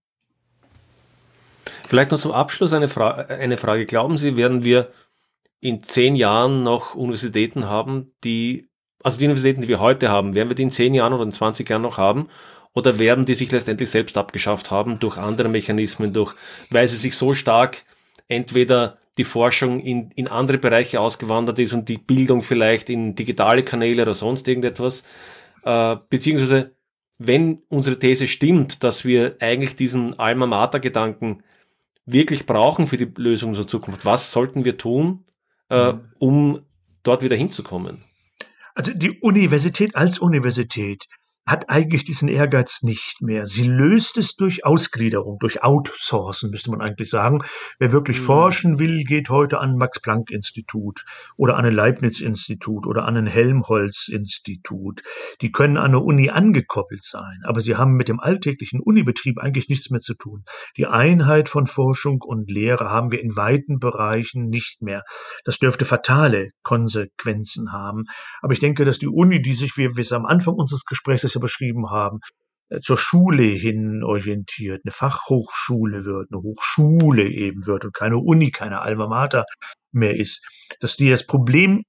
Speaker 2: Vielleicht noch zum Abschluss eine, Fra eine Frage. Glauben Sie, werden wir in zehn Jahren noch Universitäten haben, die, also die Universitäten, die wir heute haben, werden wir die in zehn Jahren oder in zwanzig Jahren noch haben? Oder werden die sich letztendlich selbst abgeschafft haben durch andere Mechanismen, durch, weil sie sich so stark entweder die Forschung in, in andere Bereiche ausgewandert ist und die Bildung vielleicht in digitale Kanäle oder sonst irgendetwas, äh, beziehungsweise wenn unsere These stimmt, dass wir eigentlich diesen Alma Mater-Gedanken wirklich brauchen für die Lösung unserer Zukunft, was sollten wir tun, äh, um dort wieder hinzukommen?
Speaker 3: Also die Universität als Universität hat eigentlich diesen Ehrgeiz nicht mehr. Sie löst es durch Ausgliederung, durch Outsourcen, müsste man eigentlich sagen. Wer wirklich
Speaker 2: Hm.
Speaker 3: forschen will, geht heute an ein Max-Planck-Institut oder an ein Leibniz-Institut oder an ein Helmholtz-Institut. Die können an eine Uni angekoppelt sein, aber sie haben mit dem alltäglichen Unibetrieb eigentlich nichts mehr zu tun. Die Einheit von Forschung und Lehre haben wir in weiten Bereichen nicht mehr. Das dürfte fatale Konsequenzen haben. Aber ich denke, dass die Uni, die sich, wie wir es am Anfang unseres Gesprächs ja beschrieben haben, äh, zur Schule hin orientiert, eine Fachhochschule wird, eine Hochschule eben wird und keine Uni, keine Alma Mater mehr ist, dass die das Problem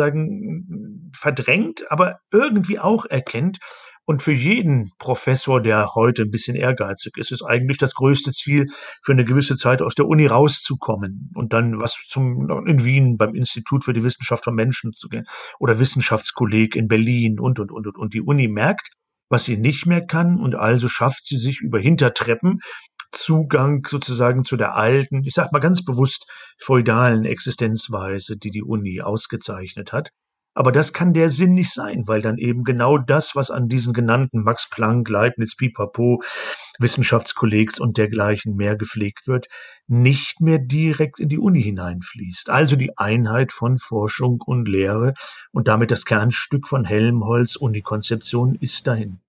Speaker 3: sozusagen verdrängt, aber irgendwie auch erkennt. Und für jeden Professor, der heute ein bisschen ehrgeizig ist, ist eigentlich das größte Ziel, für eine gewisse Zeit aus der Uni rauszukommen und dann was zum in Wien beim Institut für die Wissenschaft von Menschen zu gehen oder Wissenschaftskolleg in Berlin und, und, und, und. Und die Uni merkt, was sie nicht mehr kann und also schafft sie sich über Hintertreppen Zugang sozusagen zu der alten, ich sage mal ganz bewusst, feudalen Existenzweise, die die Uni ausgezeichnet hat. Aber das kann der Sinn nicht sein, weil dann eben genau das, was an diesen genannten Max Planck, Leibniz, Pipapo, Wissenschaftskollegs und dergleichen mehr gepflegt wird, nicht mehr direkt in die Uni hineinfließt. Also die Einheit von Forschung und Lehre und damit das Kernstück von Helmholtz Unikonzeption ist dahin.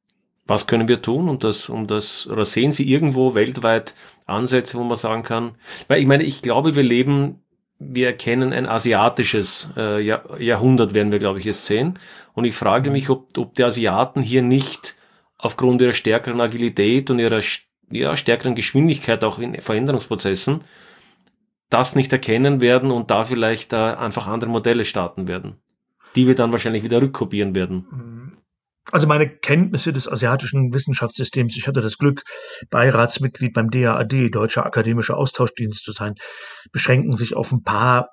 Speaker 2: Was können wir tun, um das, um das, oder sehen Sie irgendwo weltweit Ansätze, wo man sagen kann, weil ich meine, ich glaube, wir leben, wir erkennen ein asiatisches äh, Jahr, Jahrhundert, werden wir, glaube ich, jetzt sehen. Und ich frage mich, ob, ob die Asiaten hier nicht aufgrund ihrer stärkeren Agilität und ihrer ja, stärkeren Geschwindigkeit auch in Veränderungsprozessen das nicht erkennen werden und da vielleicht äh, einfach andere Modelle starten werden, die wir dann wahrscheinlich wieder rückkopieren werden.
Speaker 3: Also meine Kenntnisse des asiatischen Wissenschaftssystems, ich hatte das Glück, Beiratsmitglied beim D A A D, Deutscher Akademischer Austauschdienst zu sein, beschränken sich auf ein paar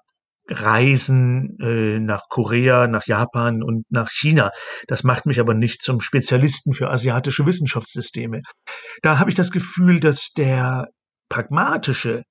Speaker 3: Reisen äh, nach Korea, nach Japan und nach China. Das macht mich aber nicht zum Spezialisten für asiatische Wissenschaftssysteme. Da habe ich das Gefühl, dass der pragmatische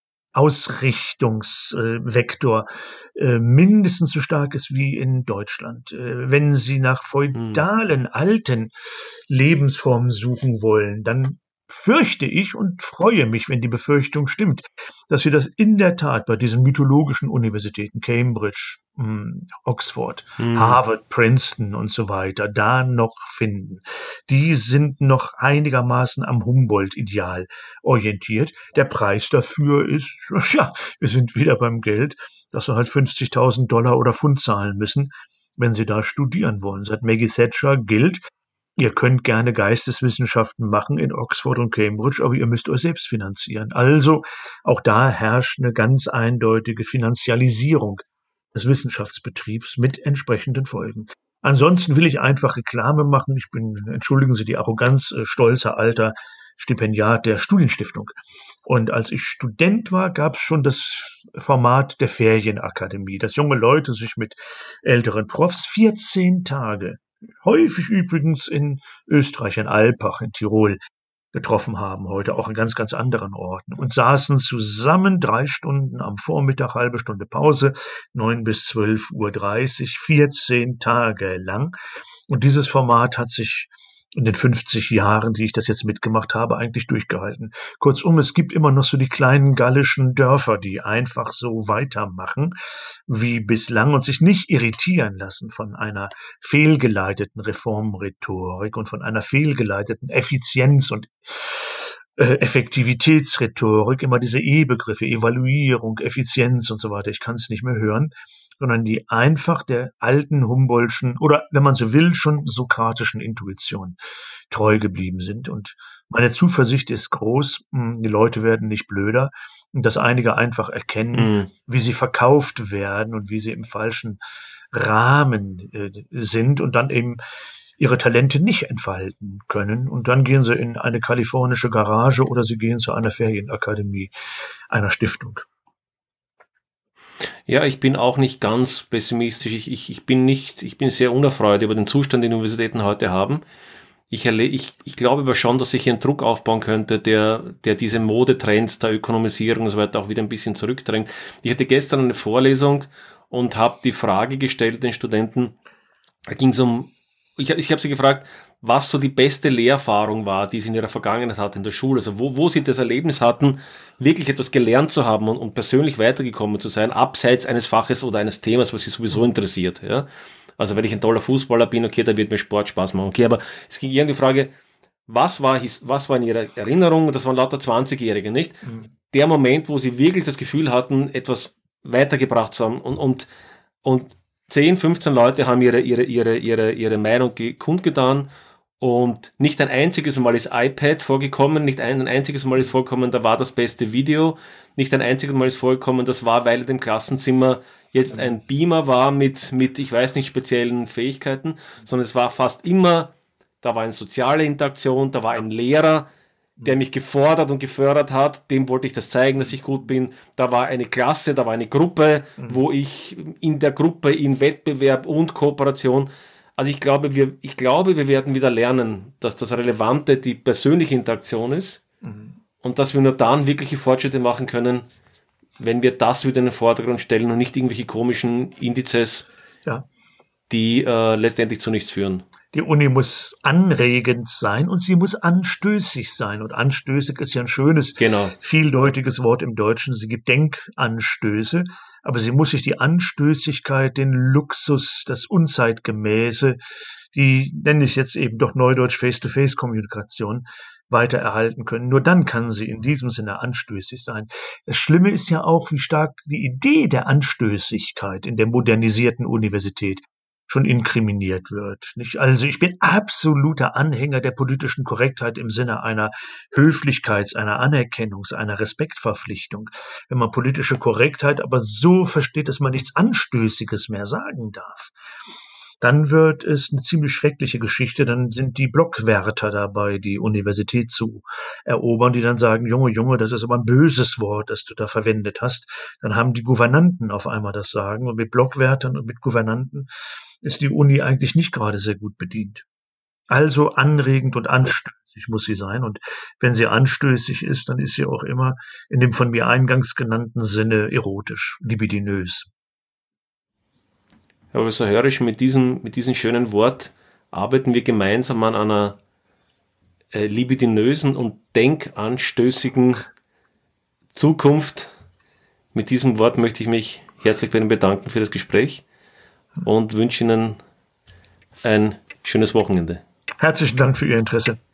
Speaker 3: Ausrichtungsvektor äh, mindestens so stark ist wie in Deutschland. Äh, wenn Sie nach feudalen, alten Lebensformen suchen wollen, dann fürchte ich und freue mich, wenn die Befürchtung stimmt, dass wir das in der Tat bei diesen mythologischen Universitäten, Cambridge, mh, Oxford,
Speaker 2: Hm.
Speaker 3: Harvard, Princeton und so weiter, da noch finden. Die sind noch einigermaßen am Humboldt-Ideal orientiert. Der Preis dafür ist, ja, wir sind wieder beim Geld, dass sie halt fünfzigtausend Dollar oder Pfund zahlen müssen, wenn sie da studieren wollen. Seit Maggie Thatcher gilt, ihr könnt gerne Geisteswissenschaften machen in Oxford und Cambridge, aber ihr müsst euch selbst finanzieren. Also auch da herrscht eine ganz eindeutige Finanzialisierung des Wissenschaftsbetriebs mit entsprechenden Folgen. Ansonsten will ich einfach Reklame machen. Ich bin, entschuldigen Sie die Arroganz, äh, stolzer alter Stipendiat der Studienstiftung. Und als ich Student war, gab es schon das Format der Ferienakademie, dass junge Leute sich mit älteren Profs vierzehn Tage, häufig übrigens in Österreich, in Alpbach, in Tirol, getroffen haben, heute auch an ganz, ganz anderen Orten und saßen zusammen drei Stunden am Vormittag, halbe Stunde Pause, neun bis zwölf Uhr dreißig, vierzehn Tage lang. Und dieses Format hat sich in den fünfzig Jahren, die ich das jetzt mitgemacht habe, eigentlich durchgehalten. Kurzum, es gibt immer noch so die kleinen gallischen Dörfer, die einfach so weitermachen wie bislang und sich nicht irritieren lassen von einer fehlgeleiteten Reformrhetorik und von einer fehlgeleiteten Effizienz- und äh, Effektivitätsrhetorik, immer diese E-Begriffe, Evaluierung, Effizienz und so weiter. Ich kann es nicht mehr hören, sondern die einfach der alten Humboldtschen oder, wenn man so will, schon sokratischen Intuition treu geblieben sind. Und meine Zuversicht ist groß, die Leute werden nicht blöder und dass einige einfach erkennen,
Speaker 2: Mhm.
Speaker 3: wie sie verkauft werden und wie sie im falschen Rahmen äh, sind und dann eben ihre Talente nicht entfalten können. Und dann gehen sie in eine kalifornische Garage oder sie gehen zu einer Ferienakademie einer Stiftung.
Speaker 2: Ja, ich bin auch nicht ganz pessimistisch. Ich, ich, ich bin nicht, ich bin sehr unerfreut über den Zustand, den die Universitäten heute haben. Ich, erle- ich, ich glaube aber schon, dass sich hier ein Druck aufbauen könnte, der, der diese Modetrends der Ökonomisierung und so weiter auch wieder ein bisschen zurückdrängt. Ich hatte gestern eine Vorlesung und habe die Frage gestellt den Studenten, da ging es um, ich, hab- ich habe sie gefragt, was so die beste Lehrerfahrung war, die sie in ihrer Vergangenheit hatten in der Schule, also wo, wo sie das Erlebnis hatten, wirklich etwas gelernt zu haben und, und persönlich weitergekommen zu sein, abseits eines Faches oder eines Themas, was sie sowieso interessiert. Ja? Also wenn ich ein toller Fußballer bin, okay, dann wird mir Sport Spaß machen. Okay, aber es ging eher um die Frage, was war, his- was war in ihrer Erinnerung, das waren lauter zwanzigjährige, nicht? Der Moment, wo sie wirklich das Gefühl hatten, etwas weitergebracht zu haben und, und, und zehn, fünfzehn Leute haben ihre, ihre, ihre, ihre, ihre Meinung ge- kundgetan und nicht ein einziges Mal ist iPad vorgekommen, nicht ein, ein einziges Mal ist vorgekommen, da war das beste Video, nicht ein einziges Mal ist vorgekommen, das war, weil in dem Klassenzimmer jetzt ein Beamer war mit, mit, ich weiß nicht, speziellen Fähigkeiten, sondern es war fast immer, da war eine soziale Interaktion, da war ein Lehrer, der mich gefordert und gefördert hat, dem wollte ich das zeigen, dass ich gut bin. Da war eine Klasse, da war eine Gruppe, wo ich in der Gruppe in Wettbewerb und Kooperation, also ich glaube, wir, ich glaube, wir werden wieder lernen, dass das Relevante die persönliche Interaktion ist und dass wir nur dann wirkliche Fortschritte machen können, wenn wir das wieder in den Vordergrund stellen und nicht irgendwelche komischen Indizes,
Speaker 3: Ja.
Speaker 2: die äh, letztendlich zu nichts führen.
Speaker 3: Die Uni muss anregend sein und sie muss anstößig sein. Und anstößig ist ja ein schönes,
Speaker 2: Genau.
Speaker 3: vieldeutiges Wort im Deutschen. Sie gibt Denkanstöße, aber sie muss sich die Anstößigkeit, den Luxus, das Unzeitgemäße, die nenne ich jetzt eben doch neudeutsch Face-to-Face-Kommunikation, weiter erhalten können. Nur dann kann sie in diesem Sinne anstößig sein. Das Schlimme ist ja auch, wie stark die Idee der Anstößigkeit in der modernisierten Universität schon inkriminiert wird. Nicht? Also ich bin absoluter Anhänger der politischen Korrektheit im Sinne einer Höflichkeits-, einer Anerkennungs-, einer Respektverpflichtung. Wenn man politische Korrektheit aber so versteht, dass man nichts Anstößiges mehr sagen darf, dann wird es eine ziemlich schreckliche Geschichte. Dann sind die Blockwärter dabei, die Universität zu erobern, die dann sagen, Junge, Junge, das ist aber ein böses Wort, das du da verwendet hast. Dann haben die Gouvernanten auf einmal das Sagen. Und mit Blockwärtern und mit Gouvernanten ist die Uni eigentlich nicht gerade sehr gut bedient. Also anregend und anstößig muss sie sein. Und wenn sie anstößig ist, dann ist sie auch immer in dem von mir eingangs genannten Sinne erotisch, libidinös.
Speaker 2: Aber so höre ich, mit diesem, mit diesem schönen Wort arbeiten wir gemeinsam an einer äh, libidinösen und denkanstößigen Zukunft. Mit diesem Wort möchte ich mich herzlich bei Ihnen bedanken für das Gespräch und wünsche Ihnen ein schönes Wochenende.
Speaker 3: Herzlichen Dank für Ihr Interesse.